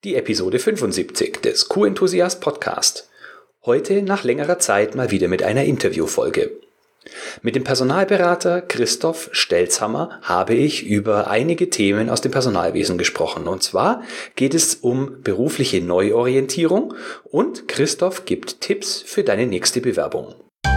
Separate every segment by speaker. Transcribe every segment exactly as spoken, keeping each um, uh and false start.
Speaker 1: Die Episode fünfundsiebzig des Q-Enthusiast Podcast. Heute nach längerer Zeit mal wieder mit einer Interviewfolge. Mit dem Personalberater Christoph Stelzhammer habe ich über einige Themen aus dem Personalwesen gesprochen. Und zwar geht es um berufliche Neuorientierung und Christoph gibt Tipps für deine nächste Bewerbung.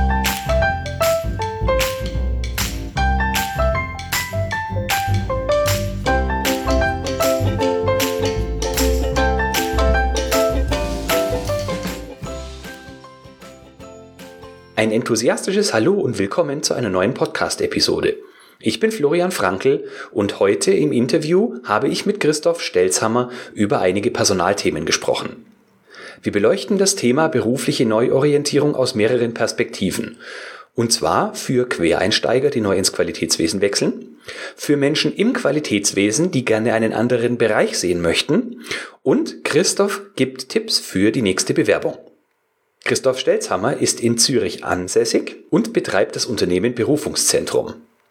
Speaker 1: Ein enthusiastisches Hallo und willkommen zu einer neuen Podcast-Episode. Ich bin Florian Frankl und heute im Interview habe ich mit Christoph Stelzhammer über einige Personalthemen gesprochen. Wir beleuchten das Thema berufliche Neuorientierung aus mehreren Perspektiven. Und zwar für Quereinsteiger, die neu ins Qualitätswesen wechseln, für Menschen im Qualitätswesen, die gerne einen anderen Bereich sehen möchten, und Christoph gibt Tipps für die nächste Bewerbung. Christoph Stelzhammer ist in Zürich ansässig und betreibt das Unternehmen Berufungszentrum.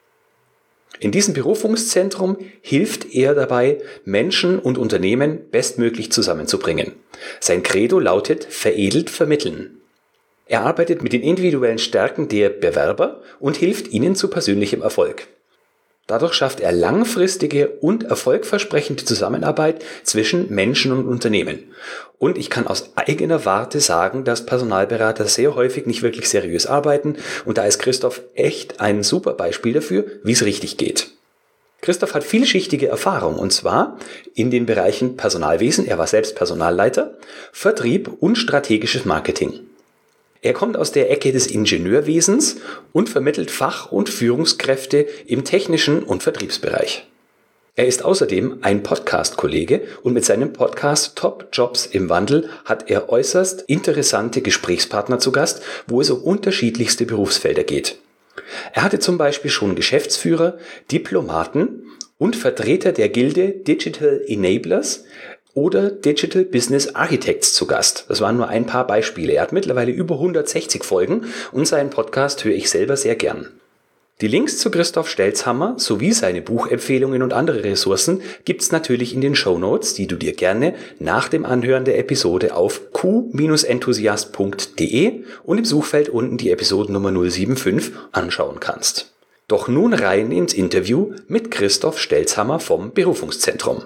Speaker 1: In diesem Berufungszentrum hilft er dabei, Menschen und Unternehmen bestmöglich zusammenzubringen. Sein Credo lautet veredelt vermitteln. Er arbeitet mit den individuellen Stärken der Bewerber und hilft ihnen zu persönlichem Erfolg. Dadurch schafft er langfristige und erfolgversprechende Zusammenarbeit zwischen Menschen und Unternehmen. Und ich kann aus eigener Warte sagen, dass Personalberater sehr häufig nicht wirklich seriös arbeiten. Und da ist Christoph echt ein super Beispiel dafür, wie es richtig geht. Christoph hat vielschichtige Erfahrung, und zwar in den Bereichen Personalwesen, er war selbst Personalleiter, Vertrieb und strategisches Marketing. Er kommt aus der Ecke des Ingenieurwesens und vermittelt Fach- und Führungskräfte im technischen und Vertriebsbereich. Er ist außerdem ein Podcast-Kollege und mit seinem Podcast Top Jobs im Wandel hat er äußerst interessante Gesprächspartner zu Gast, wo es um unterschiedlichste Berufsfelder geht. Er hatte zum Beispiel schon Geschäftsführer, Diplomaten und Vertreter der Gilde Digital Enablers oder Digital Business Architects zu Gast. Das waren nur ein paar Beispiele. Er hat mittlerweile über hundertsechzig Folgen und seinen Podcast höre ich selber sehr gern. Die Links zu Christoph Stelzhammer sowie seine Buchempfehlungen und andere Ressourcen gibt's natürlich in den Shownotes, die du dir gerne nach dem Anhören der Episode auf q enthusiast punkt de und im Suchfeld unten die Episodennummer null sieben fünf anschauen kannst. Doch nun rein ins Interview mit Christoph Stelzhammer vom Berufungszentrum.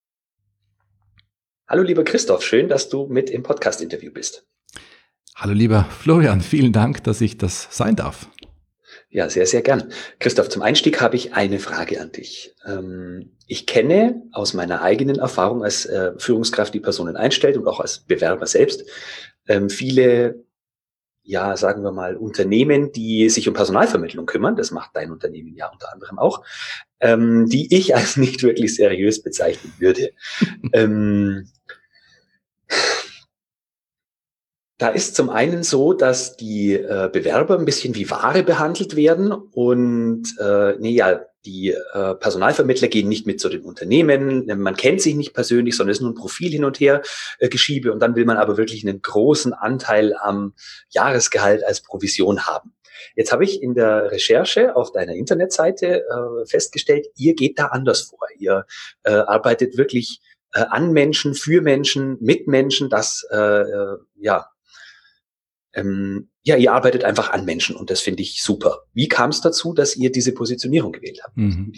Speaker 1: Hallo lieber Christoph, schön, dass du mit im Podcast-Interview bist.
Speaker 2: Hallo lieber Florian, vielen Dank, dass ich das sein darf.
Speaker 1: Ja, sehr, sehr gern. Christoph, zum Einstieg habe ich eine Frage an dich. Ich kenne aus meiner eigenen Erfahrung als Führungskraft, die Personen einstellt und auch als Bewerber selbst, viele, ja, sagen wir mal, Unternehmen, die sich um Personalvermittlung kümmern, das macht dein Unternehmen ja unter anderem auch, die ich als nicht wirklich seriös bezeichnen würde. ähm, Da ist zum einen so, dass die äh, Bewerber ein bisschen wie Ware behandelt werden und äh, nee, ja, die äh, Personalvermittler gehen nicht mit zu den Unternehmen, man kennt sich nicht persönlich, sondern es ist nur ein Profil hin und her äh, geschiebe und dann will man aber wirklich einen großen Anteil am Jahresgehalt als Provision haben. Jetzt habe ich in der Recherche auf deiner Internetseite äh, festgestellt, ihr geht da anders vor. Ihr äh, arbeitet wirklich äh, an Menschen, für Menschen, mit Menschen, das äh, äh, ja Ähm, ja, ihr arbeitet einfach an Menschen und das finde ich super. Wie kam es dazu, dass ihr diese Positionierung gewählt habt?
Speaker 2: Mhm.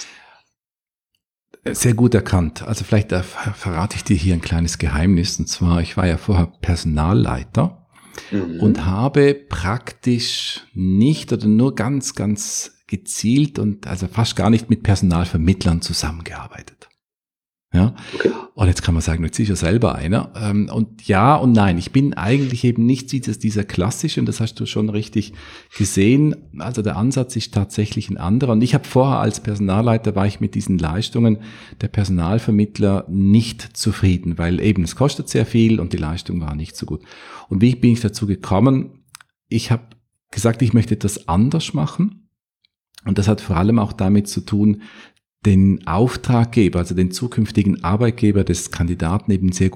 Speaker 2: Sehr gut erkannt. Also vielleicht äh, verrate ich dir hier ein kleines Geheimnis. Und zwar, ich war ja vorher Personalleiter mhm. und habe praktisch nicht oder nur ganz, ganz gezielt und also fast gar nicht mit Personalvermittlern zusammengearbeitet. Ja, okay. Und jetzt kann man sagen, jetzt ist ja selber einer. Und ja und nein, ich bin eigentlich eben nicht dieser klassische, und das hast du schon richtig gesehen. Also der Ansatz ist tatsächlich ein anderer. Und ich habe vorher als Personalleiter, war ich mit diesen Leistungen der Personalvermittler nicht zufrieden, weil eben es kostet sehr viel und die Leistung war nicht so gut. Und wie bin ich dazu gekommen? Ich habe gesagt, ich möchte etwas anders machen. Und das hat vor allem auch damit zu tun, den Auftraggeber, also den zukünftigen Arbeitgeber des Kandidaten eben sehr gut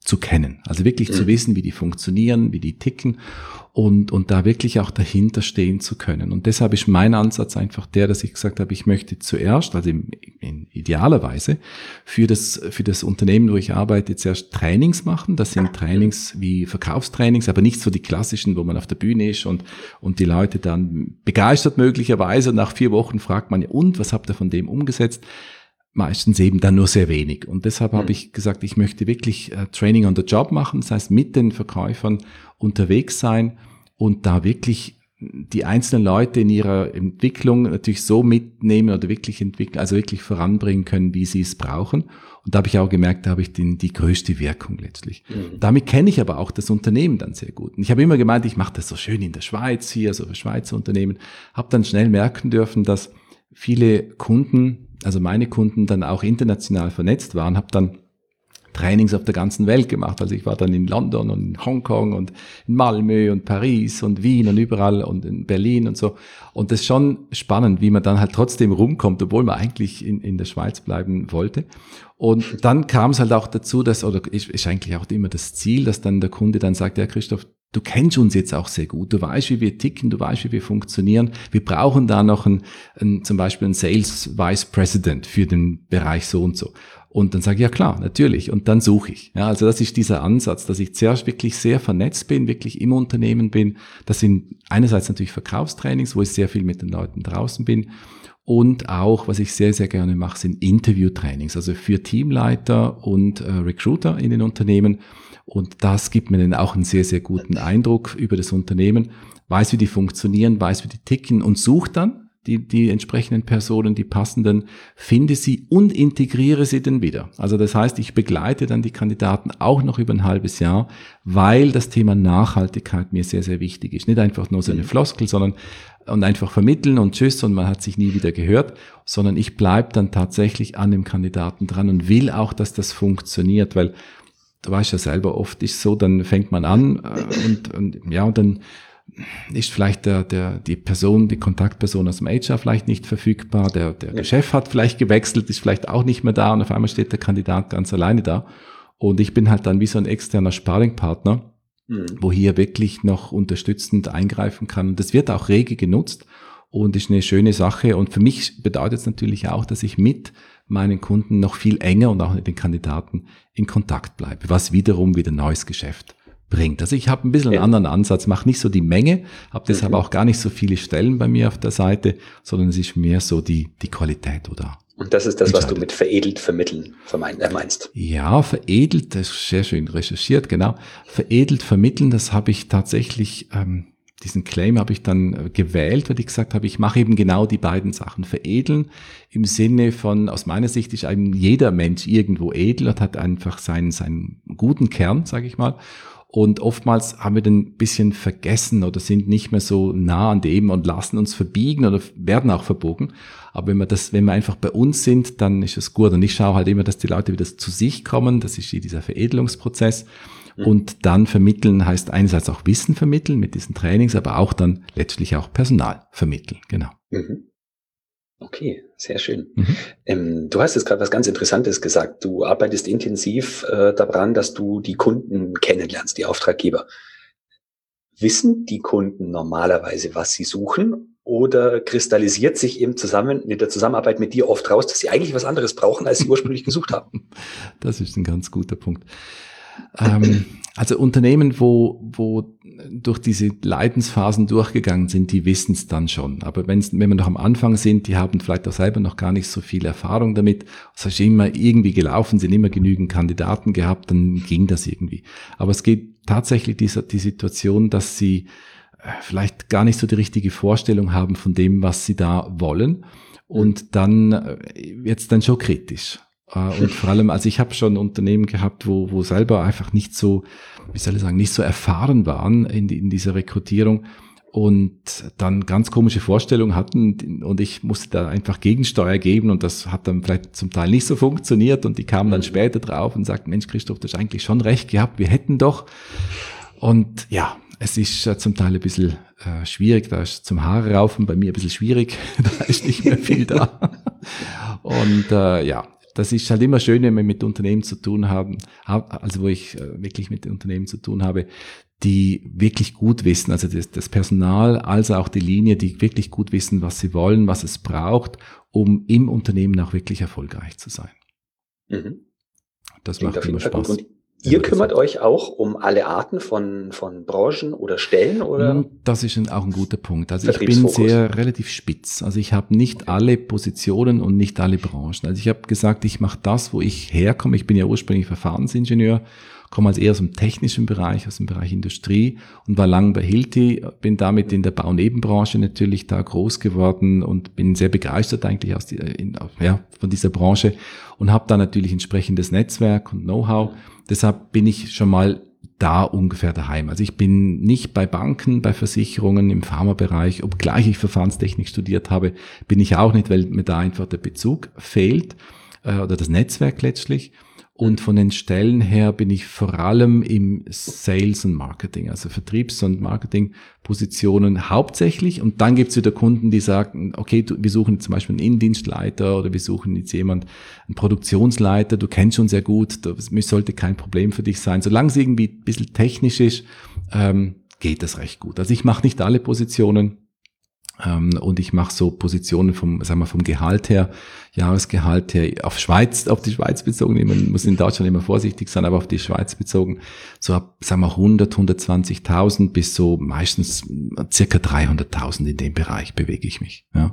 Speaker 2: zu kennen. Also wirklich mhm. zu wissen, wie die funktionieren, wie die ticken und, und da wirklich auch dahinter stehen zu können. Und deshalb ist mein Ansatz einfach der, dass ich gesagt habe, ich möchte zuerst, also in, in idealerweise, für das, für das Unternehmen, wo ich arbeite, zuerst Trainings machen. Das sind Trainings wie Verkaufstrainings, aber nicht so die klassischen, wo man auf der Bühne ist und, und die Leute dann begeistert möglicherweise und nach vier Wochen fragt man, ja, und was habt ihr von dem umgesetzt? Meistens eben dann nur sehr wenig. Und deshalb mhm. habe ich gesagt, ich möchte wirklich äh, Training on the Job machen, das heißt mit den Verkäufern unterwegs sein und da wirklich die einzelnen Leute in ihrer Entwicklung natürlich so mitnehmen oder wirklich entwickeln, also wirklich voranbringen können, wie sie es brauchen. Und da habe ich auch gemerkt, da habe ich den, die größte Wirkung letztlich. Mhm. Damit kenne ich aber auch das Unternehmen dann sehr gut. Und ich habe immer gemeint, ich mache das so schön in der Schweiz hier, so für Schweizer Unternehmen, habe dann schnell merken dürfen, dass viele Kunden, also meine Kunden dann auch international vernetzt waren, habe dann Trainings auf der ganzen Welt gemacht. Also ich war dann in London und in Hongkong und in Malmö und Paris und Wien und überall und in Berlin und so. Und das ist schon spannend, wie man dann halt trotzdem rumkommt, obwohl man eigentlich in, in der Schweiz bleiben wollte. Und dann kam es halt auch dazu, dass, oder ist, ist eigentlich auch immer das Ziel, dass dann der Kunde dann sagt, ja Christoph, du kennst uns jetzt auch sehr gut, du weißt, wie wir ticken, du weißt, wie wir funktionieren. Wir brauchen da noch einen, einen, zum Beispiel einen Sales Vice President für den Bereich so und so. Und dann sage ich, ja klar, natürlich. Und dann suche ich. Ja, also das ist dieser Ansatz, dass ich zuerst wirklich sehr vernetzt bin, wirklich im Unternehmen bin. Das sind einerseits natürlich Verkaufstrainings, wo ich sehr viel mit den Leuten draußen bin. Und auch, was ich sehr, sehr gerne mache, sind Interviewtrainings, also für Teamleiter und äh, Recruiter in den Unternehmen. Und das gibt mir dann auch einen sehr, sehr guten Eindruck über das Unternehmen, weiß, wie die funktionieren, weiß, wie die ticken und sucht dann die, die entsprechenden Personen, die passenden, finde sie und integriere sie dann wieder. Also das heißt, ich begleite dann die Kandidaten auch noch über ein halbes Jahr, weil das Thema Nachhaltigkeit mir sehr, sehr wichtig ist. Nicht einfach nur so eine Floskel, sondern und einfach vermitteln und tschüss und man hat sich nie wieder gehört, sondern ich bleibe dann tatsächlich an dem Kandidaten dran und will auch, dass das funktioniert, weil du weißt ja selber, oft ist so, dann fängt man an äh, und, und ja, und dann ist vielleicht der, der, die Person, die Kontaktperson aus dem H R vielleicht nicht verfügbar, der, der ja. Chef hat vielleicht gewechselt, ist vielleicht auch nicht mehr da und auf einmal steht der Kandidat ganz alleine da und ich bin halt dann wie so ein externer Sparringpartner, mhm. wo hier wirklich noch unterstützend eingreifen kann und das wird auch rege genutzt und ist eine schöne Sache und für mich bedeutet es natürlich auch, dass ich mit meinen Kunden noch viel enger und auch mit den Kandidaten in Kontakt bleibe, was wiederum wieder neues Geschäft bringt. Also ich habe ein bisschen einen anderen Ansatz, mache nicht so die Menge, habe deshalb mhm. auch gar nicht so viele Stellen bei mir auf der Seite, sondern es ist mehr so die, die Qualität oder.
Speaker 1: Und das ist das, was du mit veredelt vermitteln meinst? Ja,
Speaker 2: veredelt, das ist sehr schön recherchiert, genau. Veredelt vermitteln, das habe ich tatsächlich, ähm, diesen Claim habe ich dann gewählt, weil ich gesagt habe, ich mache eben genau die beiden Sachen. Veredeln im Sinne von, aus meiner Sicht ist eben jeder Mensch irgendwo edel und hat einfach seinen, seinen guten Kern, sage ich mal. Und oftmals haben wir den ein bisschen vergessen oder sind nicht mehr so nah an dem und lassen uns verbiegen oder werden auch verbogen. Aber wenn wir das, wenn wir einfach bei uns sind, dann ist es gut. Und ich schaue halt immer, dass die Leute wieder zu sich kommen. Das ist dieser Veredelungsprozess. Mhm. Und dann vermitteln heißt einerseits auch Wissen vermitteln mit diesen Trainings, aber auch dann letztlich auch Personal vermitteln. Genau.
Speaker 1: Mhm. Okay, sehr schön. Mhm. Ähm, du hast jetzt gerade was ganz Interessantes gesagt. Du arbeitest intensiv äh, daran, dass du die Kunden kennenlernst, die Auftraggeber. Wissen die Kunden normalerweise, was sie suchen? Oder kristallisiert sich eben zusammen mit der Zusammenarbeit mit dir oft raus, dass sie eigentlich was anderes brauchen, als sie ursprünglich gesucht haben?
Speaker 2: Das ist ein ganz guter Punkt. ähm, also Unternehmen, wo, wo durch diese Leidensphasen durchgegangen sind, die wissen es dann schon. Aber wenn's, wenn wir noch am Anfang sind, die haben vielleicht auch selber noch gar nicht so viel Erfahrung damit. Es ist immer irgendwie gelaufen, sind immer genügend Kandidaten gehabt, dann ging das irgendwie. Aber es geht tatsächlich die, die Situation, dass sie vielleicht gar nicht so die richtige Vorstellung haben von dem, was sie da wollen. Und dann wird es dann schon kritisch. Und vor allem, also ich habe schon Unternehmen gehabt, wo, wo selber einfach nicht so, wie soll ich sagen, nicht so erfahren waren in, die, in dieser Rekrutierung und dann ganz komische Vorstellungen hatten und ich musste da einfach Gegensteuer geben und das hat dann vielleicht zum Teil nicht so funktioniert und die kamen dann später drauf und sagten, Mensch Christoph, du hast eigentlich schon recht gehabt, wir hätten doch. Und ja, es ist äh, zum Teil ein bisschen äh, schwierig, da ist zum Haare raufen bei mir ein bisschen schwierig, da ist nicht mehr viel da. Und äh, ja, das ist halt immer schön, wenn wir mit Unternehmen zu tun haben, also wo ich wirklich mit Unternehmen zu tun habe, die wirklich gut wissen, also das, das Personal, als auch die Linie, die wirklich gut wissen, was sie wollen, was es braucht, um im Unternehmen auch wirklich erfolgreich zu sein.
Speaker 1: Mhm.
Speaker 2: Das Klingt macht immer Spaß.
Speaker 1: Und ihr kümmert euch auch um alle Arten von, von Branchen oder Stellen? Oder?
Speaker 2: Das ist ein, auch ein guter Punkt. Also ich bin sehr relativ spitz. Also ich habe nicht alle Positionen und nicht alle Branchen. Also ich habe gesagt, ich mache das, wo ich herkomme. Ich bin ja ursprünglich Verfahrensingenieur, komme also eher aus dem technischen Bereich, aus dem Bereich Industrie und war lang bei Hilti, bin damit in der Baunebenbranche natürlich da groß geworden und bin sehr begeistert eigentlich aus die, in, ja, von dieser Branche und habe da natürlich entsprechendes Netzwerk und Know-how. Deshalb bin ich schon mal da ungefähr daheim. Also ich bin nicht bei Banken, bei Versicherungen, im Pharmabereich, obgleich ich Verfahrenstechnik studiert habe, bin ich auch nicht, weil mir da einfach der Bezug fehlt äh, oder das Netzwerk letztlich. Und von den Stellen her bin ich vor allem im Sales und Marketing, also Vertriebs- und Marketingpositionen hauptsächlich. Und dann gibt es wieder Kunden, die sagen, okay, du, wir suchen zum Beispiel einen Innendienstleiter oder wir suchen jetzt jemand, einen Produktionsleiter, du kennst schon sehr gut, das sollte kein Problem für dich sein. Solange es irgendwie ein bisschen technisch ist, ähm, geht das recht gut. Also ich mache nicht alle Positionen. Ähm, und ich mache so Positionen vom, sagen wir, vom Gehalt her, Jahresgehalt her, auf Schweiz, auf die Schweiz bezogen, man muss in Deutschland immer vorsichtig sein, aber auf die Schweiz bezogen, so ab, sagen wir, hundert, hundertzwanzigtausend bis so meistens circa dreihunderttausend in dem Bereich bewege ich mich. Ja.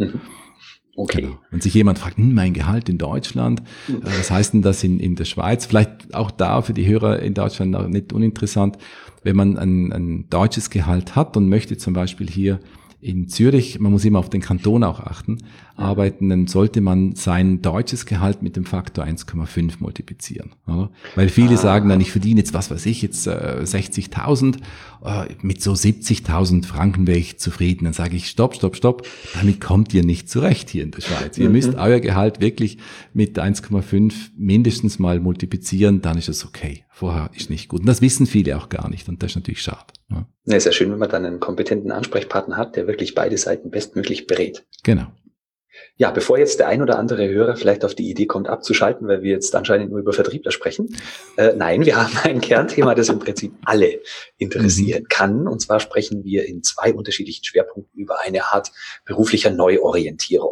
Speaker 1: Okay.
Speaker 2: Genau. Wenn sich jemand fragt, hm, mein Gehalt in Deutschland, äh, was heißt denn das in, in der Schweiz? Vielleicht auch da für die Hörer in Deutschland auch nicht uninteressant, wenn man ein, ein deutsches Gehalt hat und möchte zum Beispiel hier in Zürich, man muss immer auf den Kanton auch achten, arbeiten, dann sollte man sein deutsches Gehalt mit dem Faktor eins Komma fünf multiplizieren. Oder? Weil viele ah. sagen dann, ich verdiene jetzt, was weiß ich, jetzt äh, sechzigtausend, äh, mit so siebzigtausend Franken wäre ich zufrieden. Dann sage ich, stopp, stopp, stopp, damit kommt ihr nicht zurecht hier in der Schweiz. Ihr müsst euer Gehalt wirklich mit eins Komma fünf mindestens mal multiplizieren, dann ist es okay. Vorher ist nicht gut. Und das wissen viele auch gar nicht und das ist natürlich schade. Ja.
Speaker 1: Ja, ist ja schön, wenn man dann einen kompetenten Ansprechpartner hat, der wirklich beide Seiten bestmöglich berät.
Speaker 2: Genau.
Speaker 1: Ja, bevor jetzt der ein oder andere Hörer vielleicht auf die Idee kommt, abzuschalten, weil wir jetzt anscheinend nur über Vertriebler sprechen. Äh, nein, wir haben ein Kernthema, das im Prinzip alle interessieren mhm. kann. Und zwar sprechen wir in zwei unterschiedlichen Schwerpunkten über eine Art beruflicher Neuorientierung.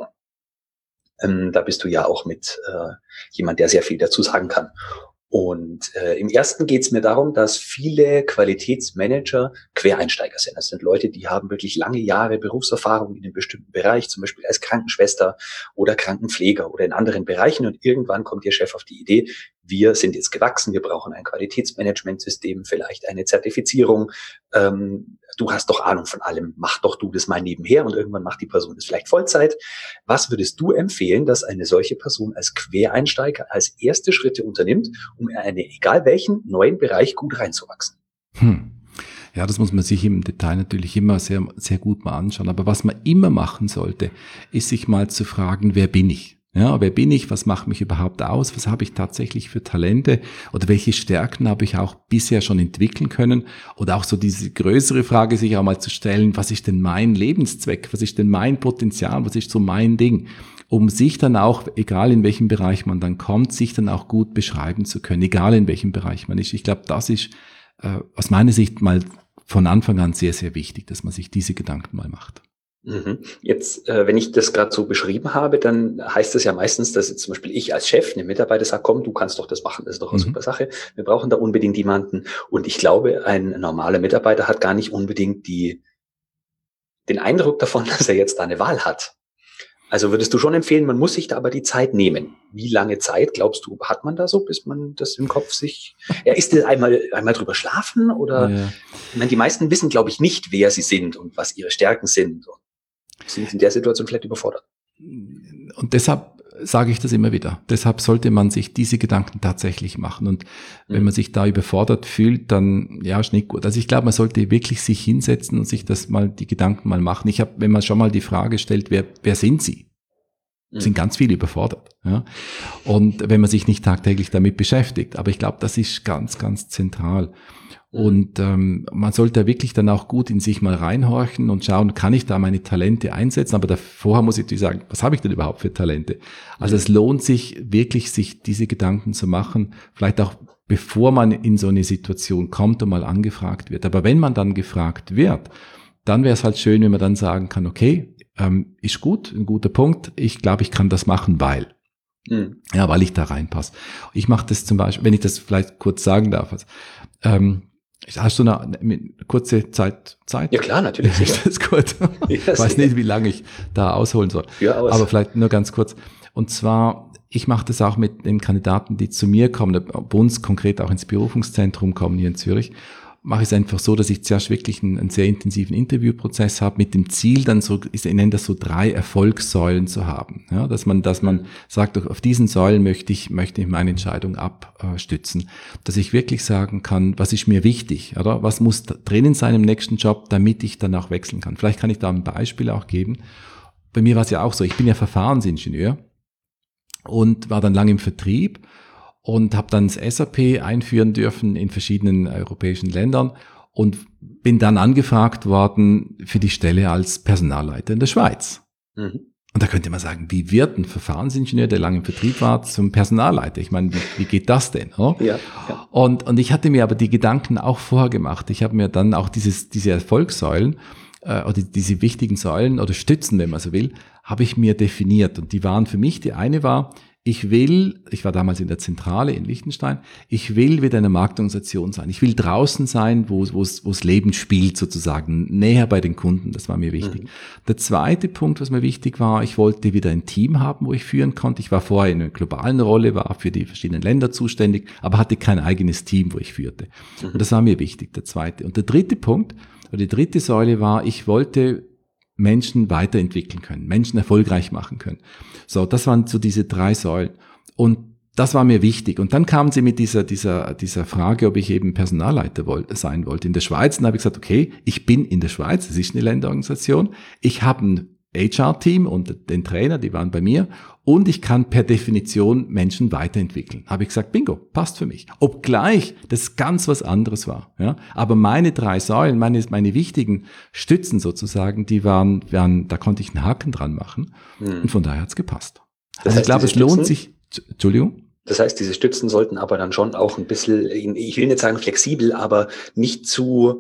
Speaker 1: Ähm, da bist du ja auch mit äh, jemand, der sehr viel dazu sagen kann. Und äh, im ersten geht es mir darum, dass viele Qualitätsmanager Quereinsteiger sind. Das sind Leute, die haben wirklich lange Jahre Berufserfahrung in einem bestimmten Bereich, zum Beispiel als Krankenschwester oder Krankenpfleger oder in anderen Bereichen. Und irgendwann kommt ihr Chef auf die Idee, wir sind jetzt gewachsen, wir brauchen ein Qualitätsmanagementsystem, vielleicht eine Zertifizierung. Ähm, du hast doch Ahnung von allem, mach doch du das mal nebenher und irgendwann macht die Person das vielleicht Vollzeit. Was würdest du empfehlen, dass eine solche Person als Quereinsteiger als erste Schritte unternimmt, um in einen, egal welchen, neuen Bereich gut reinzuwachsen?
Speaker 2: Hm. Ja, das muss man sich im Detail natürlich immer sehr, sehr gut mal anschauen. Aber was man immer machen sollte, ist sich mal zu fragen, wer bin ich? Ja, wer bin ich? Was macht mich überhaupt aus? Was habe ich tatsächlich für Talente? Oder welche Stärken habe ich auch bisher schon entwickeln können? Oder auch so diese größere Frage, sich auch mal zu stellen, was ist denn mein Lebenszweck? Was ist denn mein Potenzial? Was ist so mein Ding? Um sich dann auch, egal in welchem Bereich man dann kommt, sich dann auch gut beschreiben zu können, egal in welchem Bereich man ist. Ich glaube, das ist äh, aus meiner Sicht mal von Anfang an sehr, sehr wichtig, dass man sich diese Gedanken mal macht.
Speaker 1: Jetzt, äh, wenn ich das gerade so beschrieben habe, dann heißt das ja meistens, dass jetzt zum Beispiel ich als Chef einem Mitarbeiter sage, komm, du kannst doch das machen, das ist doch eine mhm. super Sache. Wir brauchen da unbedingt jemanden. Und ich glaube, ein normaler Mitarbeiter hat gar nicht unbedingt die den Eindruck davon, dass er jetzt da eine Wahl hat. Also würdest du schon empfehlen, man muss sich da aber die Zeit nehmen. Wie lange Zeit, glaubst du, hat man da so, bis man das im Kopf sich... Ja, ist das einmal, einmal drüber schlafen? Oder ja. Ich meine, die meisten wissen, glaube ich, nicht, wer sie sind und was ihre Stärken sind. Und sind in der Situation vielleicht überfordert.
Speaker 2: Und deshalb sage ich das immer wieder. Deshalb sollte man sich diese Gedanken tatsächlich machen. Und mhm. wenn man sich da überfordert fühlt, dann, ja, ist nicht gut. Also ich glaube, man sollte wirklich sich hinsetzen und sich das mal, die Gedanken mal machen. Ich habe, wenn man schon mal die Frage stellt, wer, wer sind Sie? sind ganz viele überfordert. Ja. Und wenn man sich nicht tagtäglich damit beschäftigt. Aber ich glaube, das ist ganz, ganz zentral. Und ähm, man sollte wirklich dann auch gut in sich mal reinhorchen und schauen, kann ich da meine Talente einsetzen? Aber davor muss ich natürlich sagen, was habe ich denn überhaupt für Talente? Also es lohnt sich wirklich, sich diese Gedanken zu machen, vielleicht auch bevor man in so eine Situation kommt und mal angefragt wird. Aber wenn man dann gefragt wird, dann wäre es halt schön, wenn man dann sagen kann, okay, ähm, ist gut, ein guter Punkt, ich glaube, ich kann das machen, weil. Mhm. Ja, weil ich da reinpasse. Ich mache das zum Beispiel, wenn ich das vielleicht kurz sagen darf, also, ähm, hast du eine, eine kurze Zeit? Zeit?
Speaker 1: Ja klar, natürlich.
Speaker 2: Ist das gut? Ich weiß nicht, wie lange ich da ausholen soll.
Speaker 1: Ja, aus.
Speaker 2: Aber vielleicht nur ganz kurz. Und zwar, ich mache das auch mit den Kandidaten, die zu mir kommen, bei uns konkret auch ins Berufungszentrum kommen hier in Zürich, mache ich es einfach so, dass ich zuerst wirklich einen, einen sehr intensiven Interviewprozess habe, mit dem Ziel dann so, ich nenne das so drei Erfolgssäulen zu haben. Ja, dass man, dass man sagt, auf diesen Säulen möchte ich, möchte ich meine Entscheidung abstützen. Dass ich wirklich sagen kann, was ist mir wichtig, oder? Was muss drinnen sein im nächsten Job, damit ich dann auch wechseln kann. Vielleicht kann ich da ein Beispiel auch geben. Bei mir war es ja auch so, ich bin ja Verfahrensingenieur und war dann lange im Vertrieb und habe dann das S A P einführen dürfen in verschiedenen europäischen Ländern und bin dann angefragt worden für die Stelle als Personalleiter in der Schweiz. Mhm. Und da könnte man sagen, wie wird ein Verfahrensingenieur, der lange im Vertrieb war, zum Personalleiter? Ich meine, wie, wie geht das denn? Oder? Ja, ja. Und, und ich hatte mir aber die Gedanken auch vorher gemacht. Ich habe mir dann auch dieses, diese Erfolgssäulen äh, oder diese wichtigen Säulen oder Stützen, wenn man so will, habe ich mir definiert. Und die waren für mich, die eine war, ich will, ich war damals in der Zentrale in Liechtenstein, ich will wieder eine Marktorganisation sein. Ich will draußen sein, wo wo es wo es Leben spielt sozusagen, näher bei den Kunden, das war mir wichtig. Mhm. Der zweite Punkt, was mir wichtig war, ich wollte wieder ein Team haben, wo ich führen konnte. Ich war vorher in einer globalen Rolle, war für die verschiedenen Länder zuständig, aber hatte kein eigenes Team, wo ich führte. Mhm. Und das war mir wichtig, der zweite. Und der dritte Punkt, oder die dritte Säule war, ich wollte Menschen weiterentwickeln können, Menschen erfolgreich machen können. So, das waren so diese drei Säulen. Und das war mir wichtig. Und dann kamen sie mit dieser, dieser, dieser Frage, ob ich eben Personalleiter wollte, sein wollte in der Schweiz. Und da habe ich gesagt, okay, ich bin in der Schweiz, es ist eine Länderorganisation. Ich habe ein H R-Team und den Trainer, die waren bei mir. Und ich kann per Definition Menschen weiterentwickeln. Habe ich gesagt, bingo, passt für mich. Obgleich das ganz was anderes war. Ja? Aber meine drei Säulen, meine, meine wichtigen Stützen sozusagen, die waren, waren, da konnte ich einen Haken dran machen. Hm. Und von daher hat's gepasst. Das also heißt, ich glaube, es Stützen, lohnt sich, Entschuldigung?
Speaker 1: Das heißt, diese Stützen sollten aber dann schon auch ein bisschen, ich will nicht sagen flexibel, aber nicht zu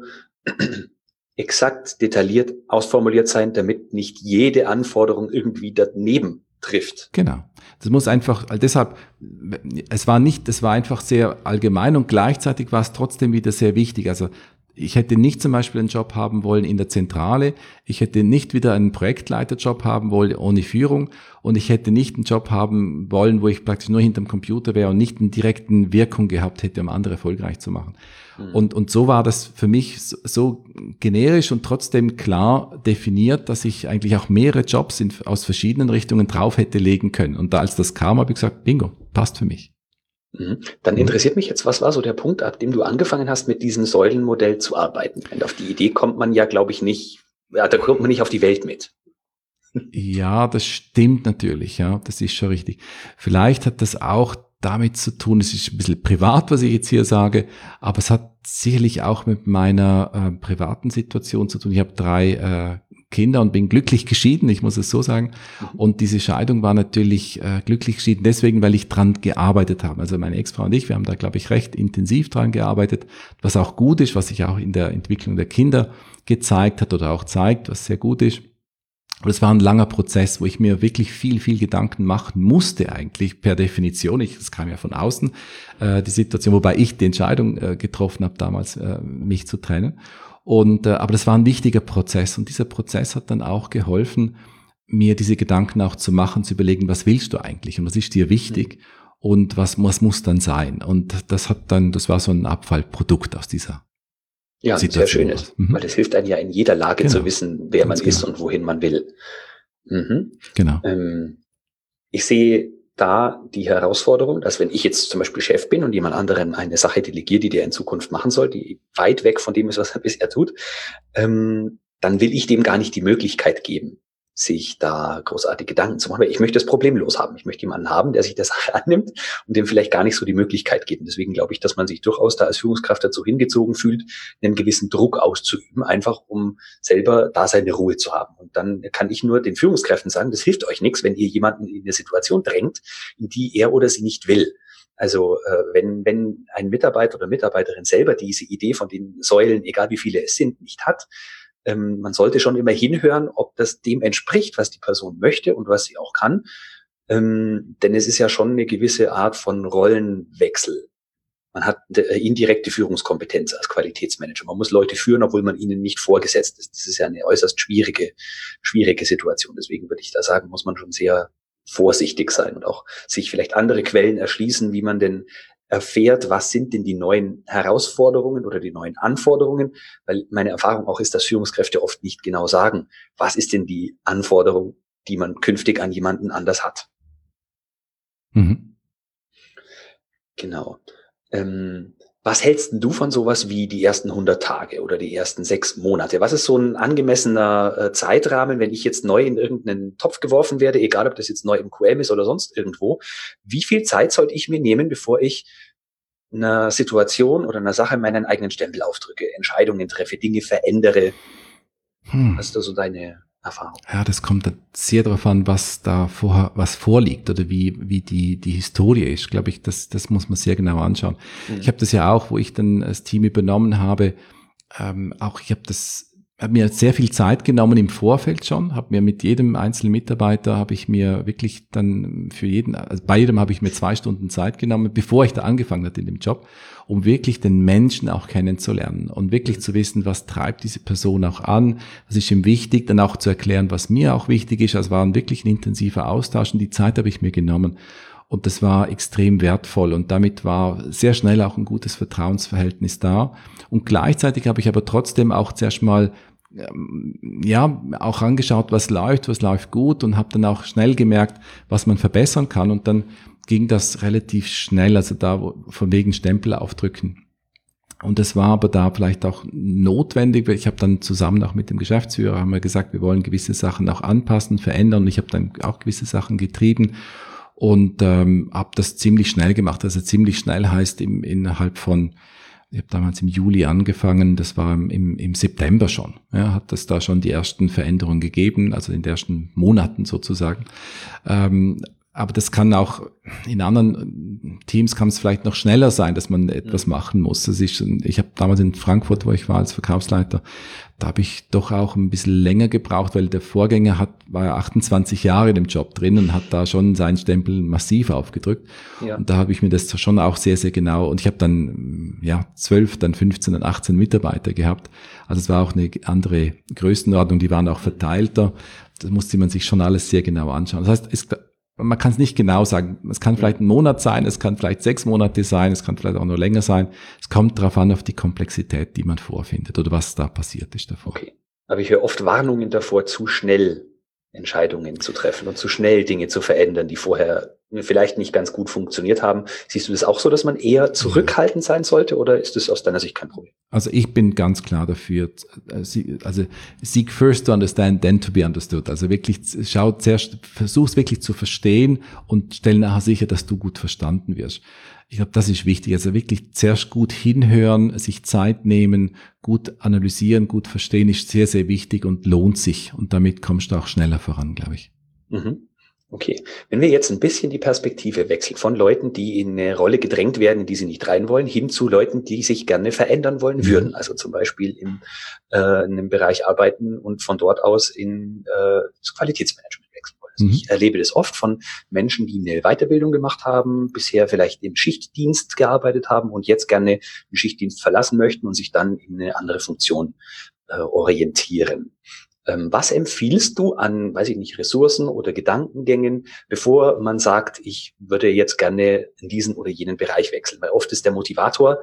Speaker 1: exakt detailliert ausformuliert sein, damit nicht jede Anforderung irgendwie daneben trifft.
Speaker 2: Genau. Das muss einfach, deshalb, es war nicht, es war einfach sehr allgemein und gleichzeitig war es trotzdem wieder sehr wichtig. Also ich hätte nicht zum Beispiel einen Job haben wollen in der Zentrale, ich hätte nicht wieder einen Projektleiterjob haben wollen ohne Führung und ich hätte nicht einen Job haben wollen, wo ich praktisch nur hinterm Computer wäre und nicht eine direkte Wirkung gehabt hätte, um andere erfolgreich zu machen. Mhm. Und, und so war das für mich so, so generisch und trotzdem klar definiert, dass ich eigentlich auch mehrere Jobs in, aus verschiedenen Richtungen drauf hätte legen können. Und da als das kam, habe ich gesagt, bingo, passt für mich.
Speaker 1: Dann interessiert mich jetzt, was war so der Punkt, ab dem du angefangen hast, mit diesem Säulenmodell zu arbeiten? Und auf die Idee kommt man ja, glaube ich, nicht, ja, da kommt man nicht auf die Welt mit.
Speaker 2: Ja, das stimmt natürlich, ja, das ist schon richtig. Vielleicht hat das auch damit zu tun, es ist ein bisschen privat, was ich jetzt hier sage, aber es hat sicherlich auch mit meiner äh, privaten Situation zu tun. Ich habe drei äh, Kinder und bin glücklich geschieden, ich muss es so sagen. Und diese Scheidung war natürlich äh, glücklich geschieden deswegen, weil ich dran gearbeitet habe. Also meine Ex-Frau und ich, wir haben da, glaube ich, recht intensiv dran gearbeitet, was auch gut ist, was sich auch in der Entwicklung der Kinder gezeigt hat oder auch zeigt, was sehr gut ist. Aber es war ein langer Prozess, wo ich mir wirklich viel, viel Gedanken machen musste eigentlich per Definition. Ich, das kam ja von außen, äh, die Situation, wobei ich die Entscheidung äh, getroffen habe, damals äh, mich zu trennen. Und äh, aber das war ein wichtiger Prozess und dieser Prozess hat dann auch geholfen, mir diese Gedanken auch zu machen, zu überlegen, was willst du eigentlich und was ist dir wichtig und was, was muss dann sein. Und das hat dann, das war so ein Abfallprodukt aus dieser
Speaker 1: Ja, sehr schön ist, mhm. weil das hilft einem ja in jeder Lage genau. zu wissen, wer Ganz man ist genau. und wohin man will. Mhm.
Speaker 2: Genau.
Speaker 1: Ähm, ich sehe da die Herausforderung, dass wenn ich jetzt zum Beispiel Chef bin und jemand anderen eine Sache delegiert, die der in Zukunft machen soll, die weit weg von dem ist, was er bisher tut, ähm, dann will ich dem gar nicht die Möglichkeit geben. sich da großartige Gedanken zu machen. Weil ich möchte das problemlos haben. Ich möchte jemanden haben, der sich der Sache annimmt und dem vielleicht gar nicht so die Möglichkeit gibt. Und deswegen glaube ich, dass man sich durchaus da als Führungskraft dazu hingezogen fühlt, einen gewissen Druck auszuüben, einfach um selber da seine Ruhe zu haben. Und dann kann ich nur den Führungskräften sagen, das hilft euch nichts, wenn ihr jemanden in eine Situation drängt, in die er oder sie nicht will. Also äh, wenn wenn ein Mitarbeiter oder Mitarbeiterin selber diese Idee von den Säulen, egal wie viele es sind, nicht hat, ähm, man sollte schon immer hinhören, ob das dem entspricht, was die Person möchte und was sie auch kann. Ähm, denn es ist ja schon eine gewisse Art von Rollenwechsel. Man hat äh, indirekte Führungskompetenz als Qualitätsmanager. Man muss Leute führen, obwohl man ihnen nicht vorgesetzt ist. Das ist ja eine äußerst schwierige, schwierige Situation. Deswegen würde ich da sagen, muss man schon sehr vorsichtig sein und auch sich vielleicht andere Quellen erschließen, wie man denn erfährt, was sind denn die neuen Herausforderungen oder die neuen Anforderungen, weil meine Erfahrung auch ist, dass Führungskräfte oft nicht genau sagen, was ist denn die Anforderung, die man künftig an jemanden anders hat.
Speaker 2: Mhm.
Speaker 1: Genau. Ähm, was hältst denn du von sowas wie die ersten hundert Tage oder die ersten sechs Monate? Was ist so ein angemessener äh, Zeitrahmen, wenn ich jetzt neu in irgendeinen Topf geworfen werde, egal ob das jetzt neu im Q M ist oder sonst irgendwo? Wie viel Zeit sollte ich mir nehmen, bevor ich einer Situation oder einer Sache meinen eigenen Stempel aufdrücke, Entscheidungen treffe, Dinge verändere?
Speaker 2: Hm.
Speaker 1: Was ist da so deine Erfahrung?
Speaker 2: Ja, das kommt sehr darauf an, was da vorher, was vorliegt oder wie, wie die, die Historie ist. Glaube ich, das, das muss man sehr genau anschauen. Mhm. Ich habe das ja auch, wo ich dann das Team übernommen habe, ähm, auch ich habe das, habe mir sehr viel Zeit genommen im Vorfeld schon, habe mir mit jedem einzelnen Mitarbeiter, habe ich mir wirklich dann für jeden, also bei jedem habe ich mir zwei Stunden Zeit genommen, bevor ich da angefangen hatte in dem Job, um wirklich den Menschen auch kennenzulernen und wirklich zu wissen, was treibt diese Person auch an, was ist ihm wichtig, dann auch zu erklären, was mir auch wichtig ist. Also war ein wirklich ein intensiver Austausch und die Zeit habe ich mir genommen. Und das war extrem wertvoll und damit war sehr schnell auch ein gutes Vertrauensverhältnis da. Und gleichzeitig habe ich aber trotzdem auch zuerst mal ja auch angeschaut, was läuft, was läuft gut und habe dann auch schnell gemerkt, was man verbessern kann. Und dann ging das relativ schnell, also da von wegen Stempel aufdrücken. Und das war aber da vielleicht auch notwendig, weil ich habe dann zusammen auch mit dem Geschäftsführer haben wir gesagt, wir wollen gewisse Sachen auch anpassen, verändern. Und ich habe dann auch gewisse Sachen getrieben. Und ähm, habe das ziemlich schnell gemacht. Also ziemlich schnell heißt im, innerhalb von, ich habe damals im Juli angefangen, das war im, im September schon. Ja, hat das da schon die ersten Veränderungen gegeben, also in den ersten Monaten sozusagen. Ähm, aber das kann auch, in anderen Teams kann es vielleicht noch schneller sein, dass man etwas machen muss. Das ist, ich habe damals in Frankfurt, wo ich war als Verkaufsleiter, da habe ich doch auch ein bisschen länger gebraucht, weil der Vorgänger hat, war ja achtundzwanzig Jahre in dem Job drin und hat da schon seinen Stempel massiv aufgedrückt. Ja. Und da habe ich mir das schon auch sehr, sehr genau, und ich habe dann ja zwölf, dann fünfzehn und achtzehn Mitarbeiter gehabt. Also es war auch eine andere Größenordnung, die waren auch verteilter. Das musste man sich schon alles sehr genau anschauen. Das heißt, es man kann es nicht genau sagen. Es kann vielleicht ein Monat sein, es kann vielleicht sechs Monate sein, es kann vielleicht auch noch länger sein. Es kommt darauf an, auf die Komplexität, die man vorfindet oder was da passiert ist davor.
Speaker 1: Okay. Aber ich höre oft Warnungen davor, zu schnell Entscheidungen zu treffen und zu schnell Dinge zu verändern, die vorher vielleicht nicht ganz gut funktioniert haben. Siehst du das auch so, dass man eher zurückhaltend sein sollte, oder ist das aus deiner Sicht kein Problem?
Speaker 2: Also ich bin ganz klar dafür, also seek first to understand, then to be understood. Also wirklich, schau zuerst, versuch's wirklich zu verstehen und stell nachher sicher, dass du gut verstanden wirst. Ich glaube, das ist wichtig. Also wirklich zuerst gut hinhören, sich Zeit nehmen, gut analysieren, gut verstehen, ist sehr, sehr wichtig und lohnt sich. Und damit kommst du auch schneller voran, glaube ich.
Speaker 1: Mhm. Okay. Wenn wir jetzt ein bisschen die Perspektive wechseln von Leuten, die in eine Rolle gedrängt werden, in die sie nicht rein wollen, hin zu Leuten, die sich gerne verändern wollen würden. Also zum Beispiel im, äh, in einem Bereich arbeiten und von dort aus in äh, das Qualitätsmanagement wechseln wollen. Also mhm. Ich erlebe das oft von Menschen, die eine Weiterbildung gemacht haben, bisher vielleicht im Schichtdienst gearbeitet haben und jetzt gerne den Schichtdienst verlassen möchten und sich dann in eine andere Funktion äh, orientieren. Was empfiehlst du an, weiß ich nicht, Ressourcen oder Gedankengängen, bevor man sagt, ich würde jetzt gerne in diesen oder jenen Bereich wechseln? Weil oft ist der Motivator